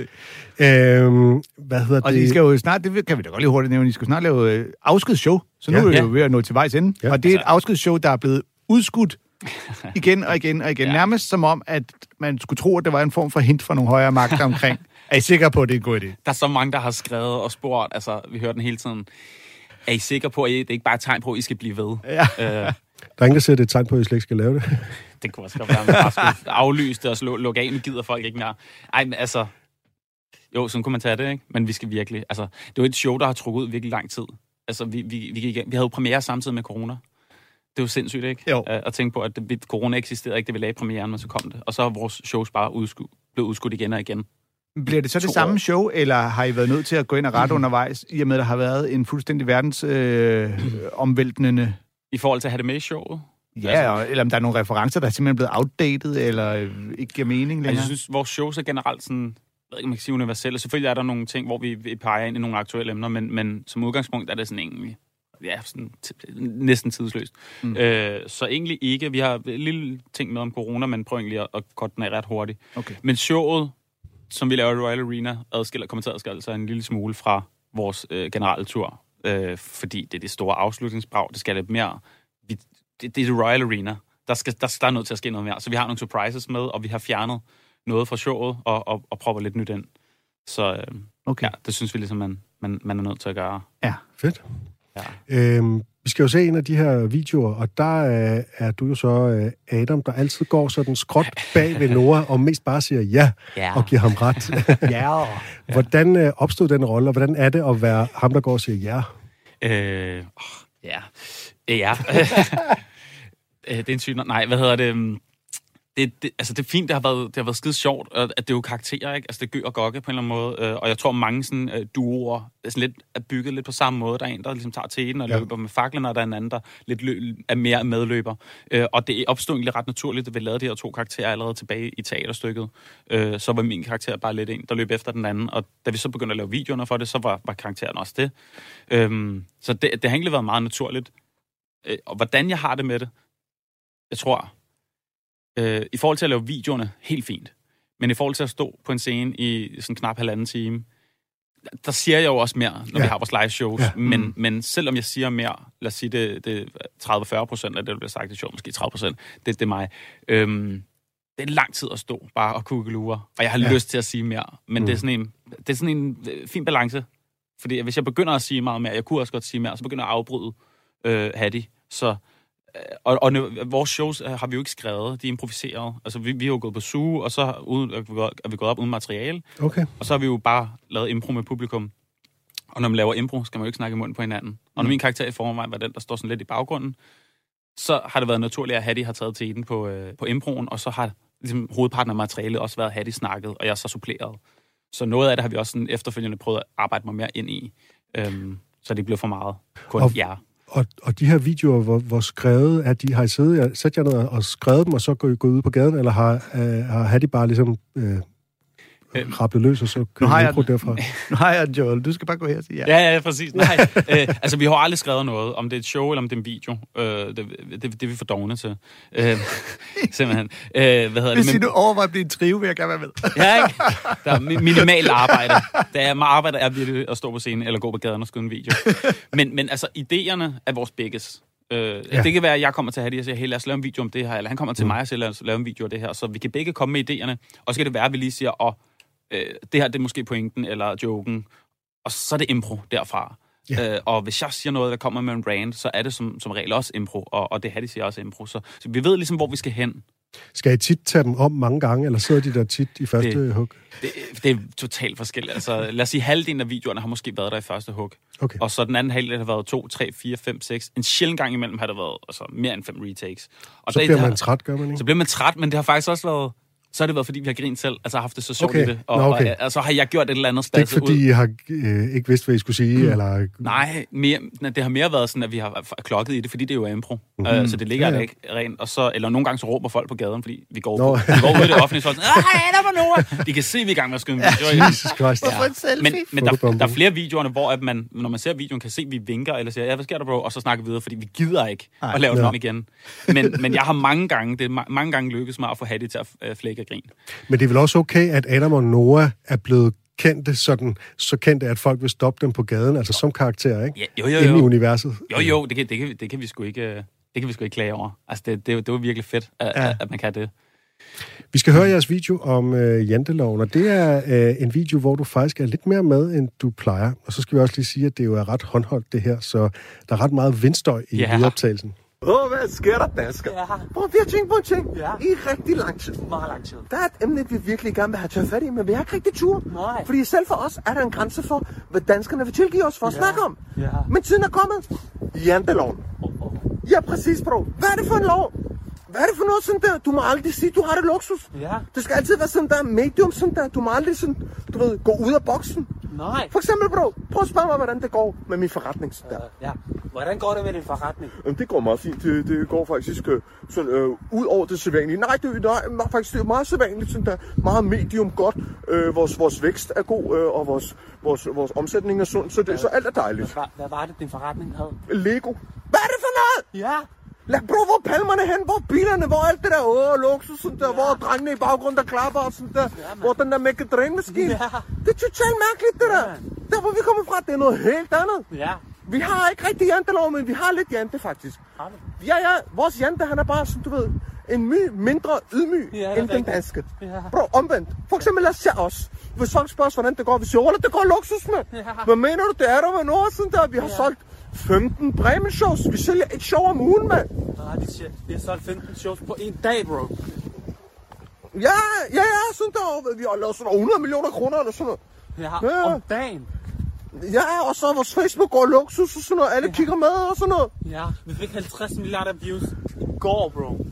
Hvad hedder og det? Og skal jo snart, det kan vi da godt lige hurtigt nævne, I skal snart lave afskedsshow. Så nu er vi jo ved at nå til vejs ende. Ja. Og det er et afskedsshow, der er blevet udskudt igen og igen og igen. Ja. Nærmest som om, at man skulle tro, at det var en form for hint fra nogle højere magter omkring. Er I sikre på, at det er en god idé? Der er så mange, der har skrevet og spurgt, altså vi hører den hele tiden. Er I sikre på, at det ikke bare er et tegn på, at I skal blive ved? Ja. Der er ingen, der siger, det er et tegn på, at I slet ikke skal lave det. Det kunne også godt være, at man bare skulle aflyse det og lukke af, men gider folk ikke mere. Ej, men altså... Jo, sådan kunne man tage det, ikke? Men vi skal virkelig... Altså, det var et show, der har trukket ud virkelig lang tid. Altså, vi havde jo premiere samtidig med corona. Det er jo sindssygt, ikke? Jo. At tænke på, at corona eksisterede ikke, det vi lagde premieren, men så kom det. Og så har vores shows bare blevet udskudt igen og igen. Bliver det så det samme show, eller har I været nødt til at gå ind og rette undervejs, i og med, at der har været en fuldstændig verdensomvæltnende... I forhold til at have det med i showet? Ja, altså, eller om der er nogle referencer, der er simpelthen blevet outdated, eller ikke giver mening længere? Altså, jeg synes, vores shows er generelt sådan... Jeg ved ikke, man kan sige universelle. Selvfølgelig er der nogle ting, hvor vi peger ind i nogle aktuelle emner, men som udgangspunkt er det sådan egentlig... Ja, sådan næsten tidsløst. Så egentlig ikke. Vi har en lille ting med om corona, men prøv egentlig at korte den af ret hurtigt. Okay. Men showet, som vi laver i Royal Arena, kommenteradskiller sig en lille smule fra vores generelle tur. Fordi det er det store afslutningsbrag. Det skal lidt mere... Det er Royal Arena. Der er nødt til at ske noget mere. Så vi har nogle surprises med, og vi har fjernet noget fra showet og propper lidt nyt ind. Så okay. Ja, det synes vi ligesom, man er nødt til at gøre. Ja, fedt. Ja. Vi skal jo se en af de her videoer, og der er du jo så Adam, der altid går sådan skråt bag ved Noah, og mest bare siger ja, og giver ham ret. Ja. Hvordan opstod den rolle, og hvordan er det at være ham, der går og siger ja? Ja. Det er en syg... Nej, hvad hedder det? Altså, det er fint, det har været skide sjovt, at det er jo karakterer, ikke? Altså, det er Gø og Gokke på en eller anden måde, og jeg tror, mange sådan duoer er bygget lidt på samme måde. Der er en, der ligesom tager teten og løber med faklen, og der er en anden, der lidt er mere medløber. Og det opstod egentlig ret naturligt, at vi lavede de her 2 karakterer allerede tilbage i teaterstykket. Så var min karakter bare lidt en, der løb efter den anden, og da vi så begyndte at lave videoerne for det, så var karakteren også det. Så det har egentlig været meget naturligt. Og hvordan jeg har det med det, jeg tror... I forhold til at lave videoerne, helt fint. Men i forhold til at stå på en scene i sådan knap 1,5 time, der siger jeg jo også mere, når vi har vores live shows. Ja. Men selvom jeg siger mere, lad os sige, det 30-40% af det, der bliver sagt i show, måske 30%, det er mig. Det er lang tid at stå bare og kukkelure, og jeg har lyst til at sige mere. Men det er sådan en fin balance. Fordi hvis jeg begynder at sige meget mere, jeg kunne også godt sige mere, så begynder jeg at afbryde Hattie. Så... Og vores shows har vi jo ikke skrevet, de er improviseret. Altså, vi har jo gået på suge, og så er vi gået op uden materiale. Okay. Og så har vi jo bare lavet impro med publikum. Og når man laver impro, skal man jo ikke snakke i munden på hinanden. Og når min karakter i forvejen var den, der står sådan lidt i baggrunden, så har det været naturligt, at Hattie har taget teten på improen, og så har ligesom, hovedparten af materialet også været Hattie snakket, og jeg så suppleret. Så noget af det har vi også sådan efterfølgende prøvet at arbejde mig mere ind i, så det blev for meget kun jer. Og de her videoer, hvor skrevet er de, har I sat jer ned og skrevet dem, og så gået ud på gaden, eller har de bare ligesom rapplet løs, og så kører mikro derfra? Nu har jeg Joel, du skal bare gå her og sige ja. Ja, præcis. Nej, altså vi har aldrig skrevet noget, om det er et show, eller om det er en video. Det er vi for dogne til. Simpelthen. Hvis du overvejer at blive en trio, vil jeg gerne være med. Ja, ikke? Der er minimalt arbejde. Arbejde er virkelig at stå på scenen, eller gå på gaden og skyde en video. Men altså, idéerne er vores begges. Det kan være, at jeg kommer til at have det, og siger, hey, lad os lave en video om det her, eller han kommer til mig og siger, lad os lave en video om det her, så vi kan begge komme med idéerne, og så kan det være, at vi lige siger, det her, det er måske pointen, eller joken, og så er det impro derfra. Ja. Og hvis jeg siger noget, der kommer med en rant, så er det som regel også impro, og det her, de siger også impro. Så vi ved ligesom, hvor vi skal hen. Skal I tit tage dem om mange gange, eller sidder de der tit i første hug? Det er totalt forskelligt. Altså, lad os sige, halvdelen af videoerne har måske været der i første hug. Okay. Og så den anden halvdel har været 2, 3, 4, 5, 6. En sjældent gang imellem har der været mere end 5 retakes. Og så bliver man træt, gør man ikke? Så bliver man træt, men det har faktisk også været... Så har det været, fordi vi har grint selv, altså har haft det så sjovt i det. Og så har jeg gjort et eller andet spasset ud. Det er ikke, fordi I har ikke vidst, hvad I skulle sige? Eller... Nej, det har mere været sådan, at vi har klokket i det, fordi det er jo impro. Så det ligger der ikke rent. Og så, eller nogle gange så råber folk på gaden, fordi vi går ud i det offentlige, så sådan, de kan se, at vi er i gang med at skyde en video. Jesus Christ. Men der er flere videoerne, hvor at man, når man ser videoen, kan se, at vi vinker, eller siger, hvad sker der, bro? Og så snakker vi videre, fordi vi gider ikke at lave det om igen. Men jeg har mange gange lykkes mig at få Hattie til at flække og grin. Men det er vel også okay, at Adam og Noah er blevet kendte, så kendte, at folk vil stoppe dem på gaden, altså som karakterer, ikke? Jo. Inde i universet. Jo, det kan vi sgu ikke... Det kan vi sgu ikke klage over. Altså, det var virkelig fedt, at man kan det. Vi skal høre jeres video om janteloven, og det er en video, hvor du faktisk er lidt mere med, end du plejer. Og så skal vi også lige sige, at det jo er ret håndholdt, det her, så der er ret meget vindstøj i lydoptagelsen. Hvad sker der, dansker? Prøv, vi har tænkt på en ting i rigtig lang tid. Meget lang tid. Der er et emne, vi virkelig gerne vil have taget fat i, men vi har ikke rigtig tur. Nej. Fordi selv for os er der en grænse for, hvad danskerne vil tilgive os for at snakke om. Ja. Men tiden er kommet. Janteloven. Ja, præcis, bro. Hvad er det for en lov? Hvad er det for noget sådan der? Du må aldrig sige, du har det luksus. Ja. Det skal altid være sådan der medium sådan der. Du må aldrig sådan, gå ud af boksen. Nej. For eksempel, bro, prøv at spørge mig, hvordan det går med min forretning. Sådan der. Ja. Hvordan går det med din forretning? Jamen, det går meget fint. Det går faktisk sådan ud over det sædvanlige. Nej, faktisk det er meget sædvanligt. Sådan der. Meget medium godt. Vores vækst er god, og vores omsætning er sund. Så alt er dejligt. Hvad var det, din forretning havde? Lego. Hvad er det for noget? Ja. Bro, hvor er palmerne hen? Hvor er bilerne? Hvor er alt det der luksus? Sådan der. Hvor er drengene i baggrunden, der klapper og sådan der? Hvor er den der mækkedrænmaskine? Det er totalt mærkeligt, det der. Der, hvor vi kommer fra, det er noget helt andet. Ja. Vi har ikke rigtig jantelov, men vi har lidt jante, faktisk. Ja, vores jante, han er bare sådan, du ved, en mindre ydmyg end den danske. Ja. Bro, omvendt. For eksempel, lad os se os. Hvis folk spørger os, hvordan det går, vi siger, det går luksus med. Ja. Hvad mener du, det er der med noget sådan der? Vi har solgt 15 Bremen-shows. Vi sælger et show om ugen, mand. Nej, vi har solgt 15 shows på en dag, bro. Ja, sådan der. Vi har lavet sådan 100 millioner kroner eller sådan noget. Ja, om dagen. Ja, og så vores Facebook går luksus og sådan noget. Alle kigger med og sådan noget. Ja, vi fik 50 milliarder views i går, bro.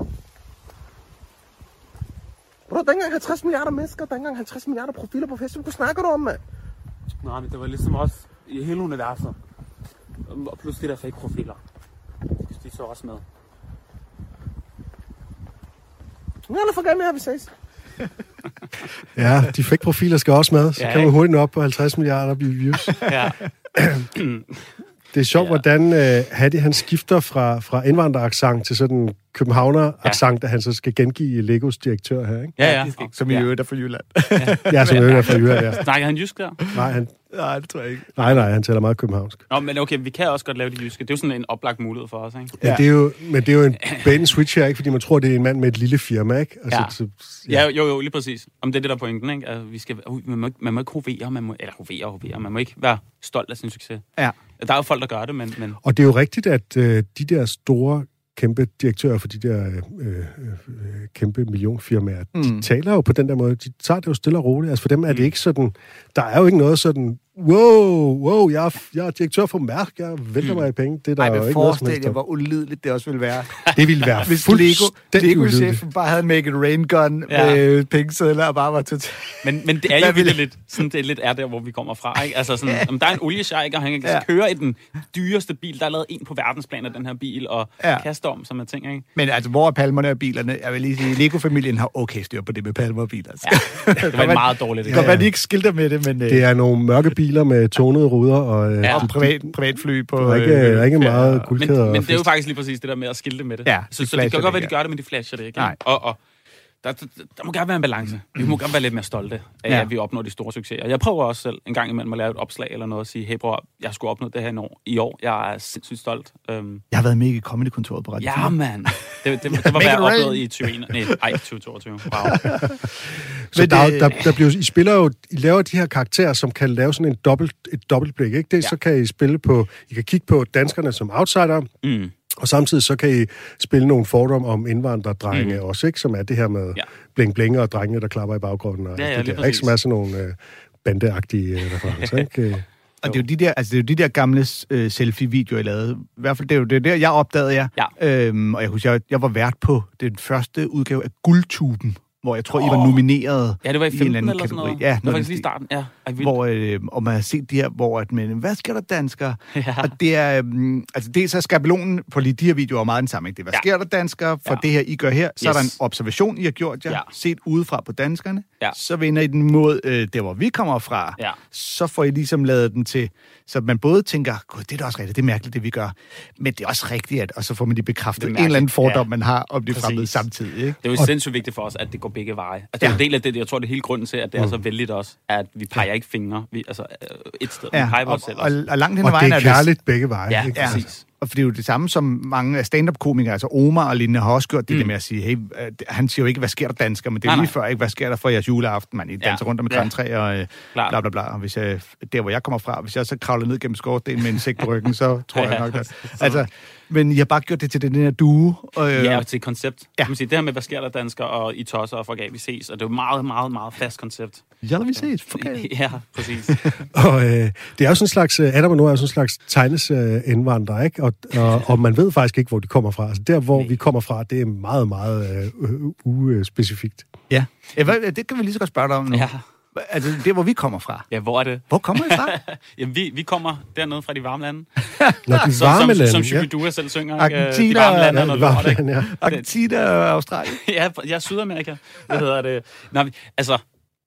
Bro, der er ikke engang 50 milliarder mennesker, der er ikke engang 50 milliarder profiler på Facebook. Hvad snakker du om, mand? Nej, men det var ligesom også i hele universet. Og plus de der fake profiler. De så også med. Ja, lad for gerne med, vi ses. Ja, de fake profiler skal også med. Så kan man hurtigt nå op på 50 milliarder views. Ja. Det er sjovt, hvordan Hattie han skifter fra indvandreraccent til sådan københavner-accent, da han så skal gengive Legos direktør her, ikke? Ja. Som i øvrigt er fra Jylland. Ja, som i øvrigt er fra Jylland, ja. Snakker han jysk der? Nej, det tror jeg ikke. Nej, han taler meget københavnsk. Nå, men okay, vi kan også godt lave det jyske. Det er jo sådan en oplagt mulighed for os, ikke? Ja, det er jo en bait and switch her, ikke? Fordi man tror, det er en mand med et lille firma, ikke? Altså, Jo, lige præcis. Om det er det, der er pointen, ikke? Altså, man må ikke hovere, man må ikke være stolt af sin succes. Ja. Der er jo folk, der gør det, men... Og det er jo rigtigt, at de der store kæmpe direktører for de der kæmpe millionfirmaer, de taler jo på den der måde. De tager det jo stille og roligt. Altså for dem er det ikke sådan... Der er jo ikke noget sådan Wow, jeg er direktør for Mærsk, jeg vælter mig i penge. Det er der jo ikke noget som helst om. hvor ulideligt det også ville være. Det ville være hvis Lego-chefen bare havde make it rain gun med pengesedler og bare var totalt... Men det er jo lidt sådan, det lidt er der, hvor vi kommer fra, ikke? Altså sådan, om der er en oliesjejk, og han kan køre i den dyreste bil, der er lavet en på verdensplan af den her bil, og kaste om, som jeg tænker, ikke? Men altså, hvor er palmerne og bilerne? Jeg vil lige sige, Lego-familien har okay styr på det med palmer og biler. Altså. Ja, det var meget dårligt. Det kan man ikke skilter med det, men... Det er nogle mørke biler med tonede ruder, og privatfly på... Der er ikke meget guldkæder. Men det er jo faktisk lige præcis det der med at skilte med det. Ja, så det kan godt være, de gør det, men de flasher det ikke. Og der må gerne være en balance. Vi må gerne være lidt mere stolte af, at vi opnår de store succeser. Jeg prøver også selv en gang imellem at lave et opslag eller noget og sige, hey bror, jeg skulle opnå det her i år. Jeg er sindssygt stolt. Jeg har været med i Comedy-kontoret på Radio 4. Ja, mand. Det var, hvad jeg oplevede i 2022. Wow. Så der bliver, I laver de her karakterer, som kan lave sådan et dobbeltblik, ikke? Det, så kan I kan kigge på danskerne som outsider, og samtidig så kan I spille nogle fordomme om indvandrerdrenge også, ikke? Som er det her med bling-bling og drengene, der klapper i baggrunden. Og det der, ikke? Som er sådan nogle bandeagtige referencer, ikke? Og det er jo de der gamle selfie-videoer, jeg lavede. I hvert fald, det er jo det der, jeg opdagede jer. Ja. Og jeg husker, jeg var vært på den første udgave af Guldtuben, hvor jeg tror, I var nomineret. Ja, det var i 15 eller kategori. sådan noget. Ja, det var faktisk lige i starten. Ja, og man har set de her, hvor at man, hvad sker der, danskere? Ja. Og det er, altså det er så skabelonen på lige de her videoer meget den samme. Ikke? Det er, hvad sker der, danskere? For det her, I gør her, så er der en observation, I har gjort jer, set udefra på danskerne. Ja. Så vender I den mod der, hvor vi kommer fra. Ja. Så får I ligesom lavet den til, så man både tænker, gud, det er da også rigtigt, det er mærkeligt, det vi gør. Men det er også rigtigt, og så får man de bekræftet en eller anden fordom, man har om de fremmede samtidig. Ikke? Det er jo sindssygt vigtigt for os, at det går begge veje. Altså, det er en del af det, jeg tror, det er hele grunden til, at det er så vældigt også, at vi peger ikke fingre. Vi, altså, et sted, vi peger på os selv også. Og langt hen ad vejen er det kærligt begge veje. Ja, ikke? Præcis. Og for det er jo det samme, som mange stand-up-komikere, altså Omar og lignende, har også gjort det med at sige, hey, han siger jo ikke, hvad sker der, dansker, men det er lige før, ikke, hvad sker der for jeres juleaften, man. I danser rundt om et grantræ og bla bla bla. Og hvis jeg, der, hvor jeg kommer fra, hvis jeg så kravler ned gennem skorstenen med en sæk på ryggen, så tror jeg nok, at... Altså, men jeg har bare gjort det til den her duo. Og til et koncept. Ja. Sige, det her med, hvad sker der, dansker, og I tosser og forgav, vi ses. Og det er jo meget, meget, meget fast koncept. Ja, vi ses. Forgav. Ja, præcis. Og det er jo sådan en slags, Adam og Noah er sådan en slags tegnesindvandrere, ikke? Og man ved faktisk ikke, hvor de kommer fra. Altså der, hvor vi kommer fra, det er meget, meget uspecifikt. Ja, det kan vi lige så godt spørge dig om nu. Ja. Altså, det hvor vi kommer fra. Ja, hvor er det? Hvor kommer I fra? Jamen, vi kommer dernede fra de varme lande. Nå, de varme lande, som Shubidua selv synger. Argentina, de varme lande, ja. Argentina og Australien. Ja, Sydamerika. Hvad hedder det? Nej, altså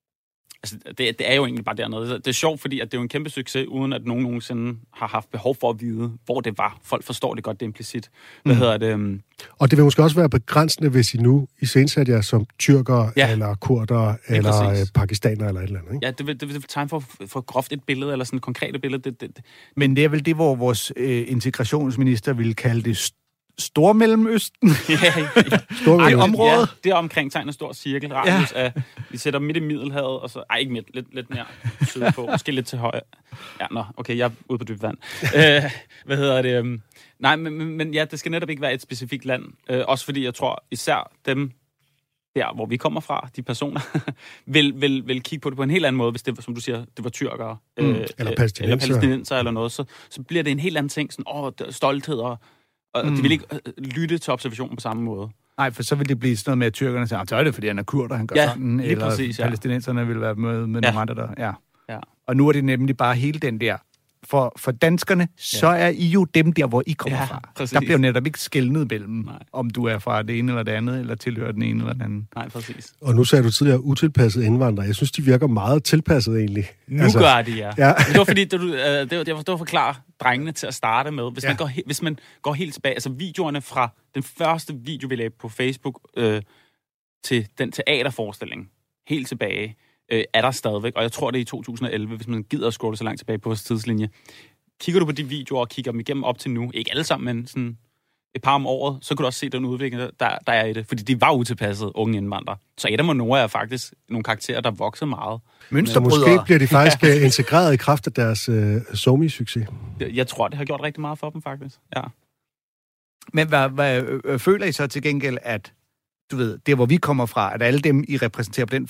det er jo egentlig bare dernede. Det er sjovt, fordi at det er jo en kæmpe succes, uden at nogen nogensinde har haft behov for at vide, hvor det var. Folk forstår det godt, det er implicit. Hvad hedder det? Og det vil måske også være begrænsende, hvis I nu iscenesætter jer som tyrkere, eller kurder, eller pakistanere, eller et eller andet, ikke? Ja, det vil tegne for groft et billede, eller sådan et konkret billede. Men det er vel det, hvor vores integrationsminister ville kalde det Stormellemøsten. Området. Ja, det er omkring tegn en stor cirkel. Radius af, vi sætter midt i Middelhavet, og så... Ej, ikke midt, lidt mere sydpå. Måske lidt til højre. Ja, okay, jeg er ude på dybt vand. Hvad hedder det? Nej, men ja, det skal netop ikke være et specifikt land. Også fordi jeg tror, især dem der, hvor vi kommer fra, de personer, vil kigge på det på en helt anden måde, hvis det, som du siger, det var tyrkere. Eller palæstinenser eller noget. Så bliver det en helt anden ting. Sådan, stolthed og de vil ikke lytte til observationen på samme måde. Nej, for så vil det blive sådan noget med, at tyrkerne siger, så er det, fordi han er kurder, han gør sådan. Eller præcis, palæstinenserne vil være med nogle andre der. Ja. Og nu er det nemlig bare hele den der. For danskerne, så er I jo dem der, hvor I kommer fra. Præcis. Der bliver netop ikke skelnet mellem, om du er fra det ene eller det andet, eller tilhører den ene eller den anden. Nej, præcis. Og nu sagde du tidligere utilpasset indvandrere. Jeg synes, de virker meget tilpasset egentlig. Nu gør de, ja. Det var fordi, det var at forklare drengene til at starte med. Hvis man går helt tilbage, altså videoerne fra den første video, vi lavede på Facebook, til den teaterforestilling, helt tilbage, er der stadigvæk, og jeg tror det er i 2011, hvis man gider at scrolle så langt tilbage på vores tidslinje. Kigger du på de videoer og kigger dem igennem op til nu, ikke alle sammen, men sådan et par om året, så kan du også se den udvikling, der er i det, fordi de var utilpassede unge indvandrere. Så Adam og Noah er faktisk nogle karakterer, der voksede meget. Så måske bliver de faktisk integreret i kraft af deres SoMe-succes. Jeg tror, det har gjort rigtig meget for dem, faktisk. Ja. Men hvad føler I så til gengæld, at du ved, det hvor vi kommer fra, at alle dem, I repræsenterer på den fløj,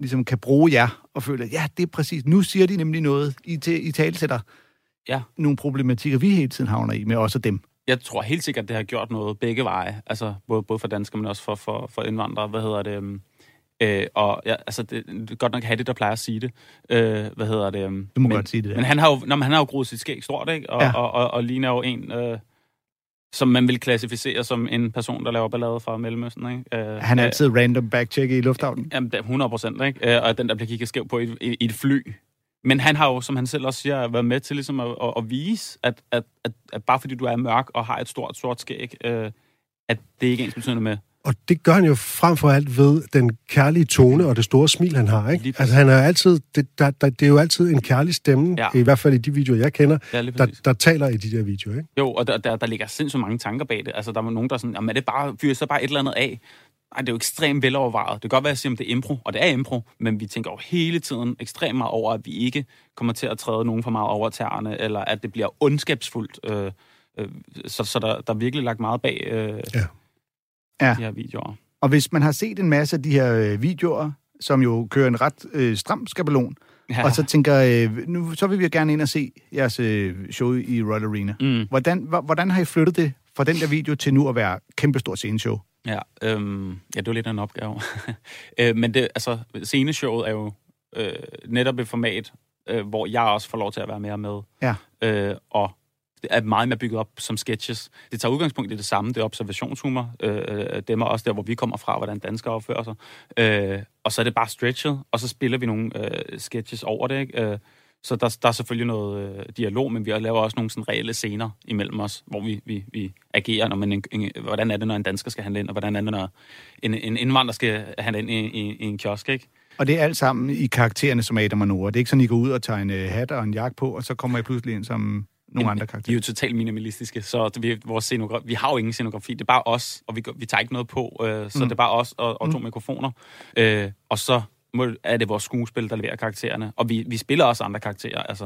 ligesom kan bruge jer og føle, at ja, det er præcis. Nu siger de nemlig noget. I talesætter nogle problematikker, vi hele tiden havner i med os og dem. Jeg tror helt sikkert, at det har gjort noget begge veje. Altså, både for danskere, men også for indvandrere. Hvad hedder det? Det er godt nok Hattie, der plejer at sige det. Du må godt sige det. Men han har jo groet sit skæg stort, ikke? Og ligner jo en, som man vil klassificere som en person, der laver ballade fra Mellemøsten, ikke? Han er altid random backcheck i lufthavnen. Jamen, 100%, ikke? Og den, der bliver kigget skæv på i et fly. Men han har jo, som han selv også siger, været med til ligesom at vise, at bare fordi du er mørk og har et sort skæg, at det ikke er ens betydende med. Og det gør han jo frem for alt ved den kærlige tone og det store smil, han har, ikke? Altså, han er altid... Det er jo altid en kærlig stemme, i hvert fald i de videoer, jeg kender, der taler i de der videoer, ikke? Jo, og der ligger sindssygt mange tanker bag det. Altså, der er nogen, der er sådan, jamen er det bare, fyrer så bare et eller andet af? Nej, det er jo ekstremt velovervejet. Det kan godt være at sige, om det er impro, og det er impro, men vi tænker jo hele tiden ekstremt meget over, at vi ikke kommer til at træde nogen for meget over tæerne, eller at det bliver ondskabsfuldt. Så der er virkelig lagt meget bag de her videoer. Og hvis man har set en masse af de her videoer, som jo kører en ret stram skabelon, og så tænker, nu så vil vi gerne ind og se jeres show i Royal Arena. Hvordan har I flyttet det fra den der video til nu at være kæmpestort sceneshow? Ja, det var lidt af en opgave. Men sceneshowet er jo netop et format, hvor jeg også får lov til at være mere med. Ja. Og det er meget mere bygget op som sketches. Det tager udgangspunkt i det samme, det er observationshumor. Dem er også der, hvor vi kommer fra, hvordan danskere opfører sig. Og så er det bare stretchet, og så spiller vi nogle sketches over det, ikke? Så der er selvfølgelig noget dialog, men vi laver også nogle sådan reelle scener imellem os, hvor vi agerer, når hvordan er det, når en dansker skal handle ind, og hvordan er det, når en indvandrer skal handle ind i en kiosk, ikke? Og det er alt sammen i karaktererne som Adam og Nora. Det er ikke sådan, I går ud og tager en hat og en jakke på, og så kommer I pludselig ind som nogle andre karakterer. Vi er jo totalt minimalistiske, så vi har jo ingen scenografi. Det er bare os, og vi tager ikke noget på, så det er bare os og 2 mikrofoner. Og så er det vores skuespil, der leverer karaktererne. Og vi spiller også andre karakterer, altså.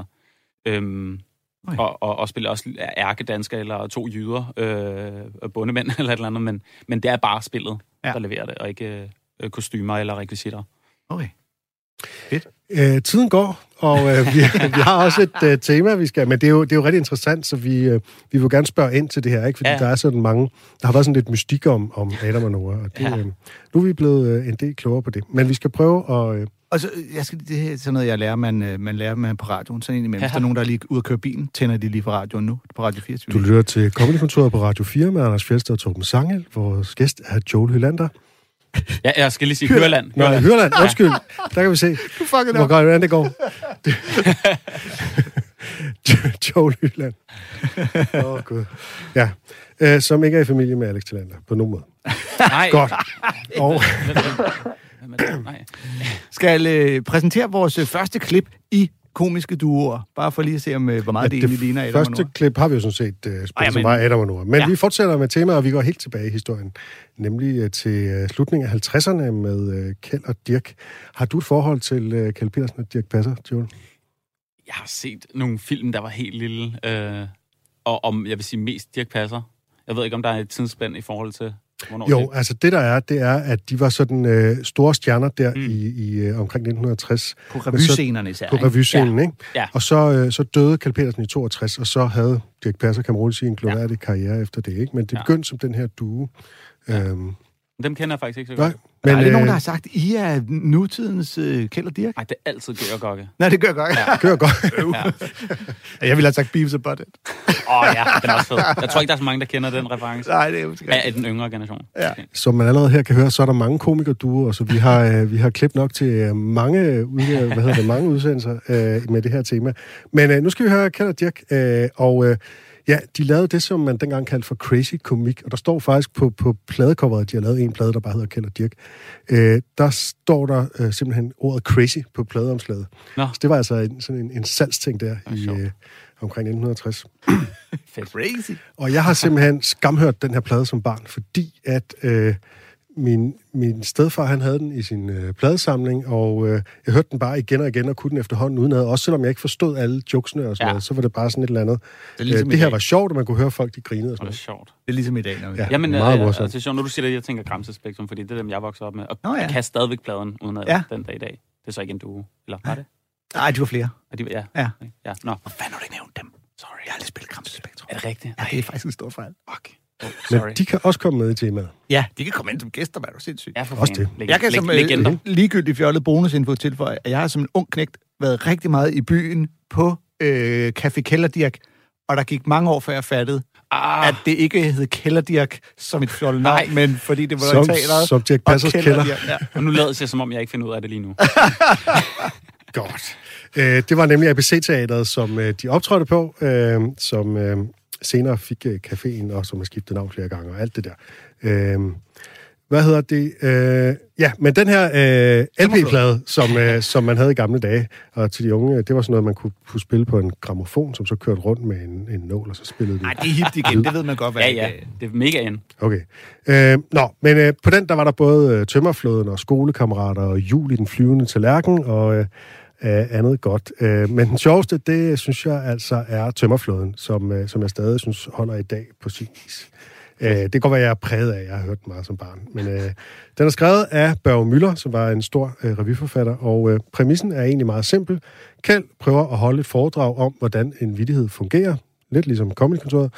Og spiller også ærkedanskere eller 2 jyder, bondemænd eller et eller andet, men det er bare spillet, der leverer det, og ikke kostymer eller rekvisitter. Okay. Fedt. Tiden går, og vi har også et tema, vi skal... Men det er jo rigtig interessant, så vi vil gerne spørge ind til det her, ikke? Fordi der er sådan mange... Der har været sådan lidt mystik om Adam og Nora, og det, nu er vi blevet en del klogere på det. Men vi skal prøve at... Og så, det er sådan noget, jeg lærer, man lærer på radioen. Sådan indimellem. Hvis der er nogen, der er lige ude at køre bilen, tænder de lige på radioen nu, på Radio 24. Du lytter til Comedy-kontoret på Radio 4 med Anders Fjeldsted og Torben Sangel. Vores gæst er Joel Hylander. Ja, jeg skal lige sige Hyrland. Nå, Hyrland, undskyld. Der kan vi se, hvor godt det går. Joel Hyland. Gud. Ja, som ikke er i familie med Alex Tillander, på nogen måde. Nej. Godt. Og... Skal præsentere vores første klip i komiske duoer. Bare for lige at se, hvor meget det egentlig ligner Adam og Nora. Første klip har vi jo sådan set spillet som var Adam og Nora. Men vi fortsætter med temaet, og vi går helt tilbage i historien. Nemlig til slutningen af 50'erne med Kjeld og Dirch. Har du et forhold til Kjeld Petersen og Dirch Passer, Joel? Jeg har set nogle film, der var helt lille. Og om, jeg vil sige, mest Dirch Passer. Jeg ved ikke, om der er et tidsspænd i forhold til... Jo, altså det er, at de var sådan store stjerner der i omkring 1960. På revyscenerne især. På revyscenen, ikke? Ja. Og så døde Kjeld Petersen i 62, og så havde Dirch Passer, kan man roligt sige, en glorværdig karriere efter det, ikke? Men det begyndte som den her duo. Dem kender jeg faktisk ikke så godt. Men er det nogen, der har sagt, I er nutidens Kjeld og Dirch? Nej, det er altid Gør Gokke. Nej, det Gør Gokke. Ja. Gør Gokke. Jeg ville have sagt Beavis og Butthead. Ja, den er også fed. Jeg tror ikke, der er så mange, der kender den reference. Nej, det er måske af den yngre generation. Ja. Som man allerede her kan høre, så er der mange komikere-duoer, så vi har klip nok til mange udsendelser med det her tema. Men nu skal vi høre Kjeld og Dirch, ja, de lavede det, som man dengang kaldte for crazy komik, og der står faktisk på pladecoveret, at de har lavet en plade, der bare hedder Kjeld og Dirch. Der står der simpelthen ordet crazy på pladeomslaget. Så det var altså sådan en salgsting der i omkring 1960. Crazy. Og jeg har simpelthen skamhørt den her plade som barn, fordi at min stedfar, han havde den i sin pladesamling, og jeg hørte den bare igen og igen, og kunne den efterhånden udenad. Også selvom jeg ikke forstod alle jokesene og sådan noget, så var det bare sådan et eller andet. Det her var sjovt, og man kunne høre folk, de grinede og sådan noget. Det var sjovt. Det er ligesom i dag. Jamen, det er sjovt, når du siger det, jeg tænker Gramse Spektrum, fordi det er dem, jeg voksede op med, og jeg kan stadigvæk pladen udenad den dag i dag. Det er så ikke en duo, eller var det? Nej, de var flere. Ja. Ja. Nå. Hvor fanden har du ikke nævnt dem? Sorry. Jeg har lige spillet Krampe Spektrum. Er det rigtigt? Ja, det er faktisk en stor fejl. Okay. Men de kan også komme med i temaet. Ja, de kan komme ind som gæster, hvad er du sindssygt. Ja, for også fanden. det. Jeg kan som ligegyldigt fjollet bonusinfo tilføje, at jeg har som en ung knægt været rigtig meget i byen på Café Kælderdirk, og der gik mange år, før jeg fattede, at det ikke hed Kælderdirk som et fjollet navn, men fordi det var teateret. Som Dirch Passers kælder. Ja. Og nu lader det sig, som om jeg ikke finder ud af det lige nu. Godt. Det var nemlig ABC-teateret, som de optrådte på, som senere fik caféen, og som har skiftet navn flere gange, og alt det der. Hvad hedder det? Ja, men den her LP-plade, som man havde i gamle dage, og til de unge, det var sådan noget, man kunne spille på en grammofon, som så kørte rundt med en nål, og så spillede de. Nej, det er hipt igen, det ved man godt, hvad Ja, det er mega ind. Okay. Men på den, der var der både Tømmerflåden og Skolekammerater og Jul i den flyvende tallerken, og andet godt. Men den sjoveste, det synes jeg altså er Tømmerflåden, som jeg stadig synes holder i dag på sin vis. Det kan godt være, jeg er præget af, jeg har hørt den meget som barn. Men den er skrevet af Børge Müller, som var en stor revyforfatter, og præmissen er egentlig meget simpel. Kjeld prøver at holde et foredrag om, hvordan en vittighed fungerer. Lidt ligesom Comedykontoret.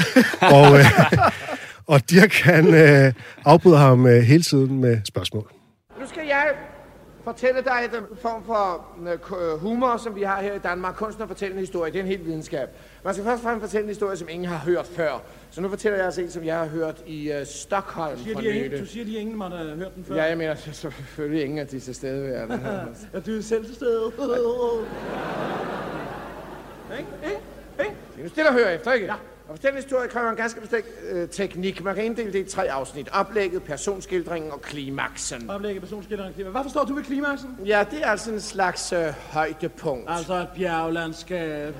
Og Dirch kan afbryde ham hele tiden med spørgsmål. Nu skal jeg fortælle dig den form for humor, som vi har her i Danmark. Kunsten at fortælle en historie, det er en helt videnskab. Man skal først og fremmest fortælle en historie, som ingen har hørt før. Så nu fortæller jeg altså en, som jeg har hørt i Stockholm. Du siger, de ingen måtte have hørt den før? Ja, jeg mener selvfølgelig ingen af de til stede ved alle. Ja, du er selv til stede. Nu stille og høre efter, ikke? Ja. Og fortælle en historie kræver en ganske bestemt teknik. Man kan inddele det i 3 afsnit. Oplægget, personskildringen og klimaksen. Oplægget, personskildringen og klimaksen. Hvad forstår du ved klimaksen? Ja, det er altså en slags højdepunkt. Altså et bjerglandskab.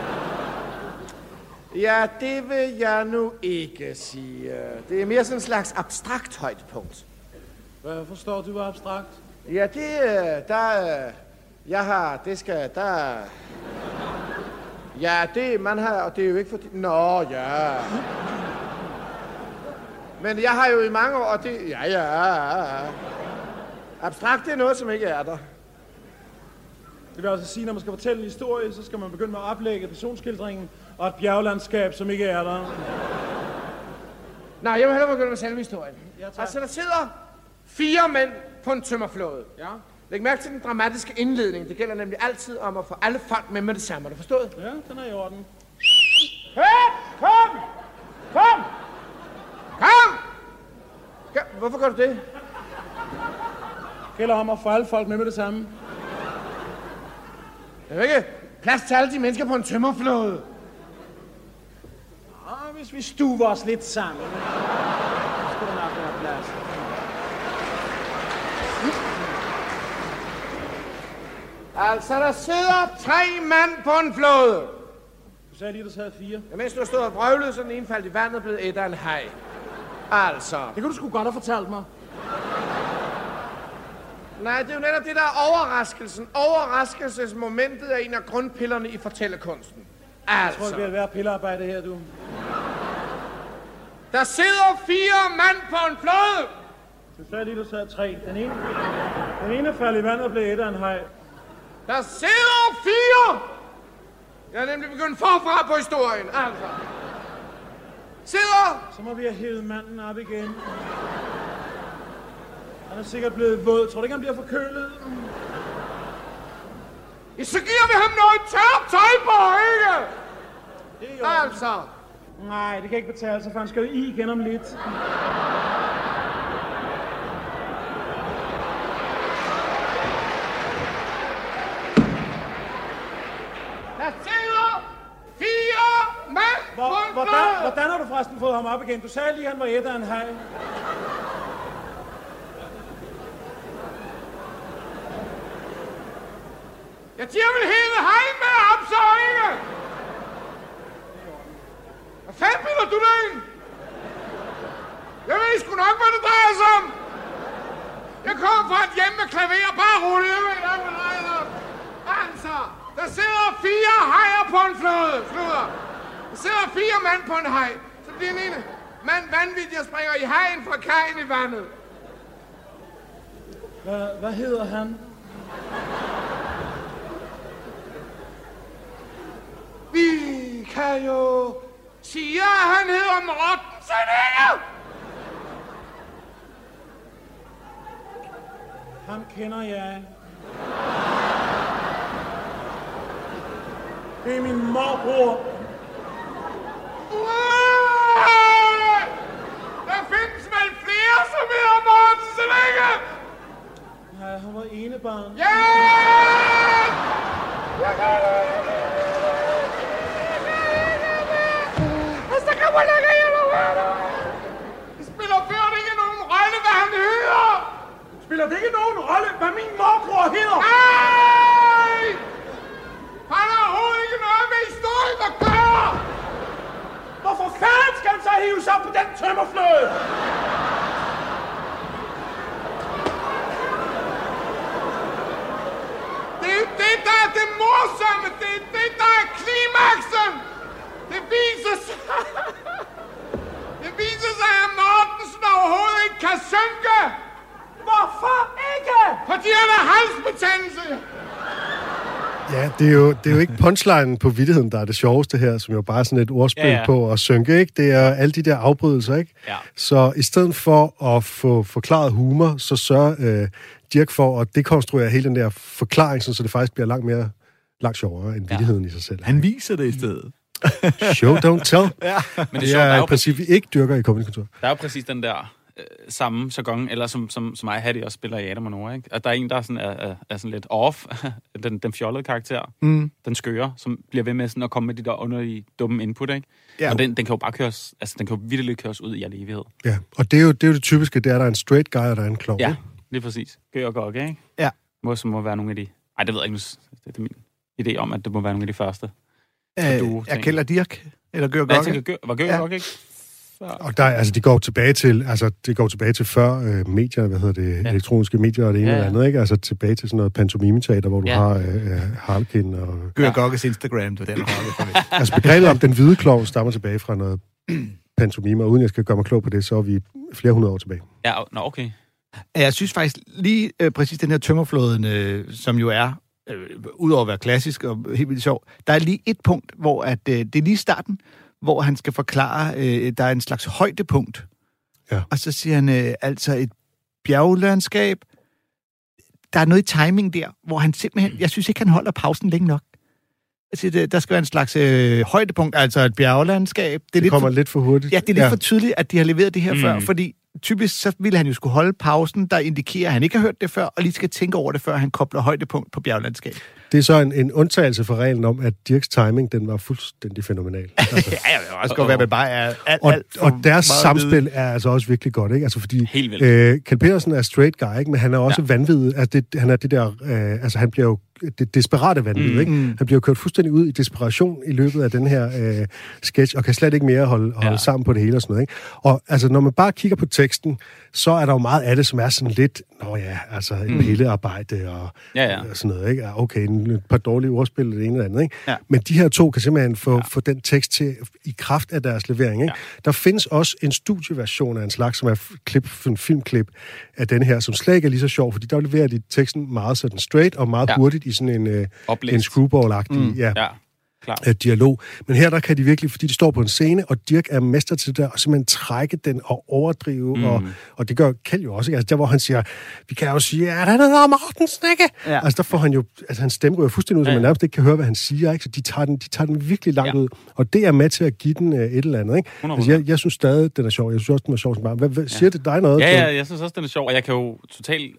Ja, det vil jeg nu ikke sige. Det er mere sådan en slags abstrakt højdepunkt. Hvad forstår du af abstrakt? Ja, Ja, det man har, og det er jo ikke fordi... Nå, ja. Men jeg har jo i mange år, og det... Ja. Abstrakt, det er noget, som ikke er der. Det vil altså sige, når man skal fortælle en historie, så skal man begynde med at oplægge personskildringen og et bjerglandskab, som ikke er der. Nej, jeg vil hellere begynde med selve historien. Ja, tak. Altså, der sidder 4 mænd på en tømmerflåde. Ja. Læg mærke til den dramatiske indledning. Det gælder nemlig altid om at få alle folk med det samme. Er du forstået? Ja, den er i orden. Hey, kom! Hvorfor gør du det? Det gælder om at få alle folk med det samme. Der er jo ikke plads til alle de mennesker på en tømmerflåde. Hvis vi stuver os lidt sammen, så skal der nok være plads. Altså, der sidder 3 mand på en flåde. Du sagde lige, der sad 4. Ja, mens du har stået og vrøvlet, så den ene faldt i vandet, blev et af en haj. Altså. Det kunne du sgu godt have fortalt mig. Nej, det er jo netop det, der er overraskelsen. Overraskelsesmomentet er en af grundpillerne i fortællekunsten. Altså. Jeg tror, det vil være pillerarbejde her, du. Der sidder 4 mand på en flåde. Du sagde lige, der sad 3. Den ene faldt i vandet og blev et af en haj. Der sidder 4! Jeg er nemlig begyndt forfra på historien, altså. Sidder! Så må vi have hævet manden op igen. Han er sikkert blevet våd. Tror du ikke, han bliver forkølet? Så giver vi ham noget tørt tøj på, ikke? Det er jo... Altså. Nej, det kan ikke betale sig, for han skal jo i igen om lidt. Der sidder 4 mand på en flåde. Hvordan har du forresten fået ham op igen? Du sagde lige, at han var et af en haj. Jeg siger vel hele hajen med op, så ikke? Hvad fanden bilder du dig ind? Jeg ved sgu nok, hvad det drejer sig om. Jeg kommer fra et hjem med klaver, bare roligt. Jeg ved nok, hvad det drejer sig om. Altså, der sidder 4 hajer på en flåde. Der sidder 4 mand på en haj. Så bliver den ene mand vanvittig og springer i hajen fra kajen i vandet. Hvad hedder han? kan jo sige, at han hedder Morten Sandinge. Ham kender jeg. Det er min morbror. Der findes vel flere, som hedder Morten Sandinge. Nej, han var enebarn. Ja! Så kan man lægge i eller hvad? Det spiller ført ikke nogen rolle, hvad han hedder. Spiller det ikke nogen rolle, hvad min morbror hedder? Nej! Han har overhovedet ikke noget med historien at gøre. Hvorfor fanden skal han så hives op på den tømmerfløde? Det er det, der er det morsomme. Det er det, der er klimaksen. Det viser sig... Det viser sig, at Mortensen overhovedet ikke kan synke. Hvorfor ikke? Fordi han har halsbetændelse. Ja, det er jo ikke punchlinen på vittigheden, der er det sjoveste her, som jo bare er sådan et ordspil på at synke, ikke? Det er alle de der afbrydelser, ikke? Ja. Så i stedet for at få forklaret humor, så sørger Dirch for at dekonstruere hele den der forklaring, så det faktisk bliver langt sjovere end vittigheden i sig selv. Han viser det i stedet. Show, don't tell. Ja. Men det er i princippet, vi ikke dyrker i Comedy Kontor. Der er jo præcis den der samme jargon, eller som mig Hattie også spiller i Adam og Nora, ikke? At der er en, der er sådan lidt off, den fjollede karakter, den skøre, som bliver ved med sådan at komme med de der underlige dumme input, ikke? Ja. Og den kan jo bare køres, altså den kan jo vitterligt køres ud i al evighed. Ja, og det er jo det typiske, det er, der er en straight guy, og der er en klovn. Ja, lige præcis. Gør og Gok, ikke? Ja. Som må være nogle af de... Ej, det ved jeg ikke, det er min idé om, at det må være nogle af de første. Jeg kælder Dirch, eller Gør og Gok. Var Gør og Gok, ikke? Og der, altså, de går tilbage til før medier, elektroniske medier og det ene eller andet, ikke? Altså tilbage til sådan noget pantomimeteater, hvor du har Harlekin og... Gør og Gokkes Instagram, det var den rolle. Altså begrebet om den hvide klovn stammer tilbage fra noget pantomime, og uden jeg skal gøre mig klog på det, så er vi flere hundrede år tilbage. Ja, okay. Jeg synes faktisk lige præcis den her tømmerflåden, som jo er, udover at være klassisk og helt vildt sjov, der er lige et punkt, hvor at, det er lige starten, hvor han skal forklare, der er en slags højdepunkt. Ja. Og så siger han, altså et bjerglandskab. Der er noget i timing der, hvor han simpelthen, jeg synes ikke, han holder pausen længe nok. Altså, der skal være en slags højdepunkt, altså et bjerglandskab. Det kommer lidt for hurtigt. Ja, det er lidt for tydeligt, at de har leveret det her før, fordi typisk så ville han jo skulle holde pausen, der indikerer, at han ikke har hørt det før, og lige skal tænke over det, før han kobler højdepunkt på bjerglandskab. Det er så en undtagelse for reglen om, at Dirchs timing, den var fuldstændig fænomenal. Altså. Ja, det var også godt være, at bare er og deres samspil er altså også virkelig godt, ikke? Altså fordi Kjeld Petersen er straight guy, ikke? Men han er også vanvittig. Altså han er det der, altså han bliver jo det desperate vanvid, ikke? Han bliver kørt fuldstændig ud i desperation i løbet af den her sketch, og kan slet ikke mere holde sammen på det hele og sådan noget, ikke? Og altså, når man bare kigger på teksten, så er der jo meget af det, som er sådan lidt, en pillearbejde og sådan noget, ikke? Okay, et par dårlige ordspil, det ene eller andet, ikke? Ja. Men de her to kan simpelthen få den tekst til i kraft af deres levering, ikke? Ja. Der findes også en studieversion af en slags, som er en filmklip af den her, som slet ikke er lige så sjov, fordi der leverer de teksten meget sådan straight og meget hurtigt i sådan en screwball-agtig dialog. Men her, der kan de virkelig, fordi de står på en scene, og Dirch er mester til det, og simpelthen trække den og overdrive, og det gør Kjeld jo også, ikke? Altså der, hvor han siger, vi kan jo sige, at han hedder Morten Snikke! Ja. Altså der får han jo, altså hans stemme ryger fuldstændig ud, så man nærmest ikke kan høre, hvad han siger, ikke? Så de tager den virkelig langt ud, og det er med til at give den et eller andet, ikke? Altså jeg synes stadig, den er sjov. Jeg synes også, den er sjov som bare. Hvad siger det dig noget? Ja, jeg synes også, den er sjov, og jeg kan jo totalt,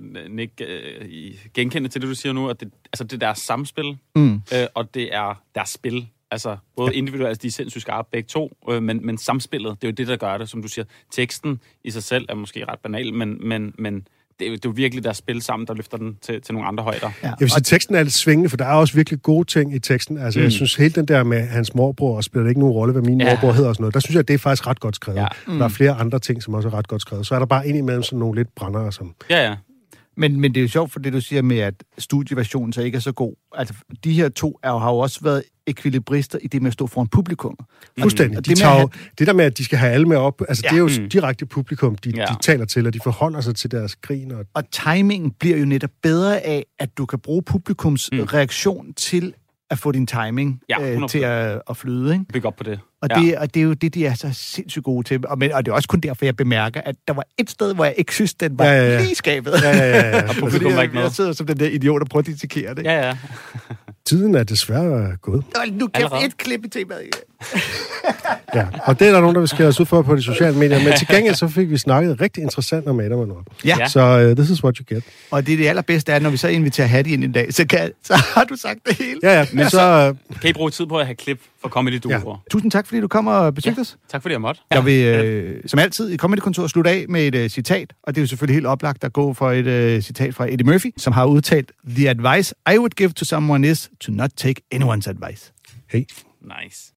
genkende til det, du siger nu, at det er deres samspil, og det er deres spil. Altså, både individuelt, altså de er sindssygt skarpe begge to, men samspillet, det er jo det, der gør det, som du siger. Teksten i sig selv er måske ret banal, men det er jo virkelig deres spil sammen, der løfter den til nogle andre højder. Ja. Jeg vil sige, teksten er lidt svingende, for der er også virkelig gode ting i teksten. Altså, jeg synes helt den der med hans morbror, og spiller det ikke nogen rolle, hvad min morbror hedder og sådan noget, der synes jeg, det er faktisk ret godt skrevet. Ja. Der er flere andre ting, som også er ret godt skrevet. Så er der bare indimellem sådan nogle lidt brændere, som... Ja. Men det er jo sjovt for det, du siger med, at studieversionen så ikke er så god. Altså, de her to har jo også været ekvilibrister i det med at stå foran publikum. Fuldstændig. Det der med, at de skal have alle med op, altså det er jo direkte publikum, de taler til, og de forholder sig til deres grin. Og timingen bliver jo netop bedre af, at du kan bruge publikums reaktion til at få din timing til at flyde, ikke? Bygge op på det. Og det er jo det, de er så sindssygt gode til. Og det er også kun derfor, jeg bemærker, at der var et sted, hvor jeg ikke synes, den var lige skabet. Ja. Og publikum var ikke noget. Jeg sidder som den der idiot, der prøver at dissekere det. Ja. Tiden er desværre gået. Nu kan jeg et klip i temaet igen. Ja, og det er der nogen, der vil skære os ud for på de sociale medier. Men til gengæld så fik vi snakket rigtig interessant om Adam og Rob. Ja. Så this is what you get. Og det allerbedste er, når vi så inviterer Hattie ind en dag, så har du sagt det hele. Ja. Men så kan I bruge tid på at have klip for Comedy Duoer? Ja. Tusind tak, fordi du kom og besøgte os. Tak fordi jeg måtte. Jeg vil, som altid, i Comedy-kontoret slutte af med et citat, og det er jo selvfølgelig helt oplagt at gå for et citat fra Eddie Murphy, som har udtalt, "The advice I would give to someone is to not take anyone's advice." Hey. Nice.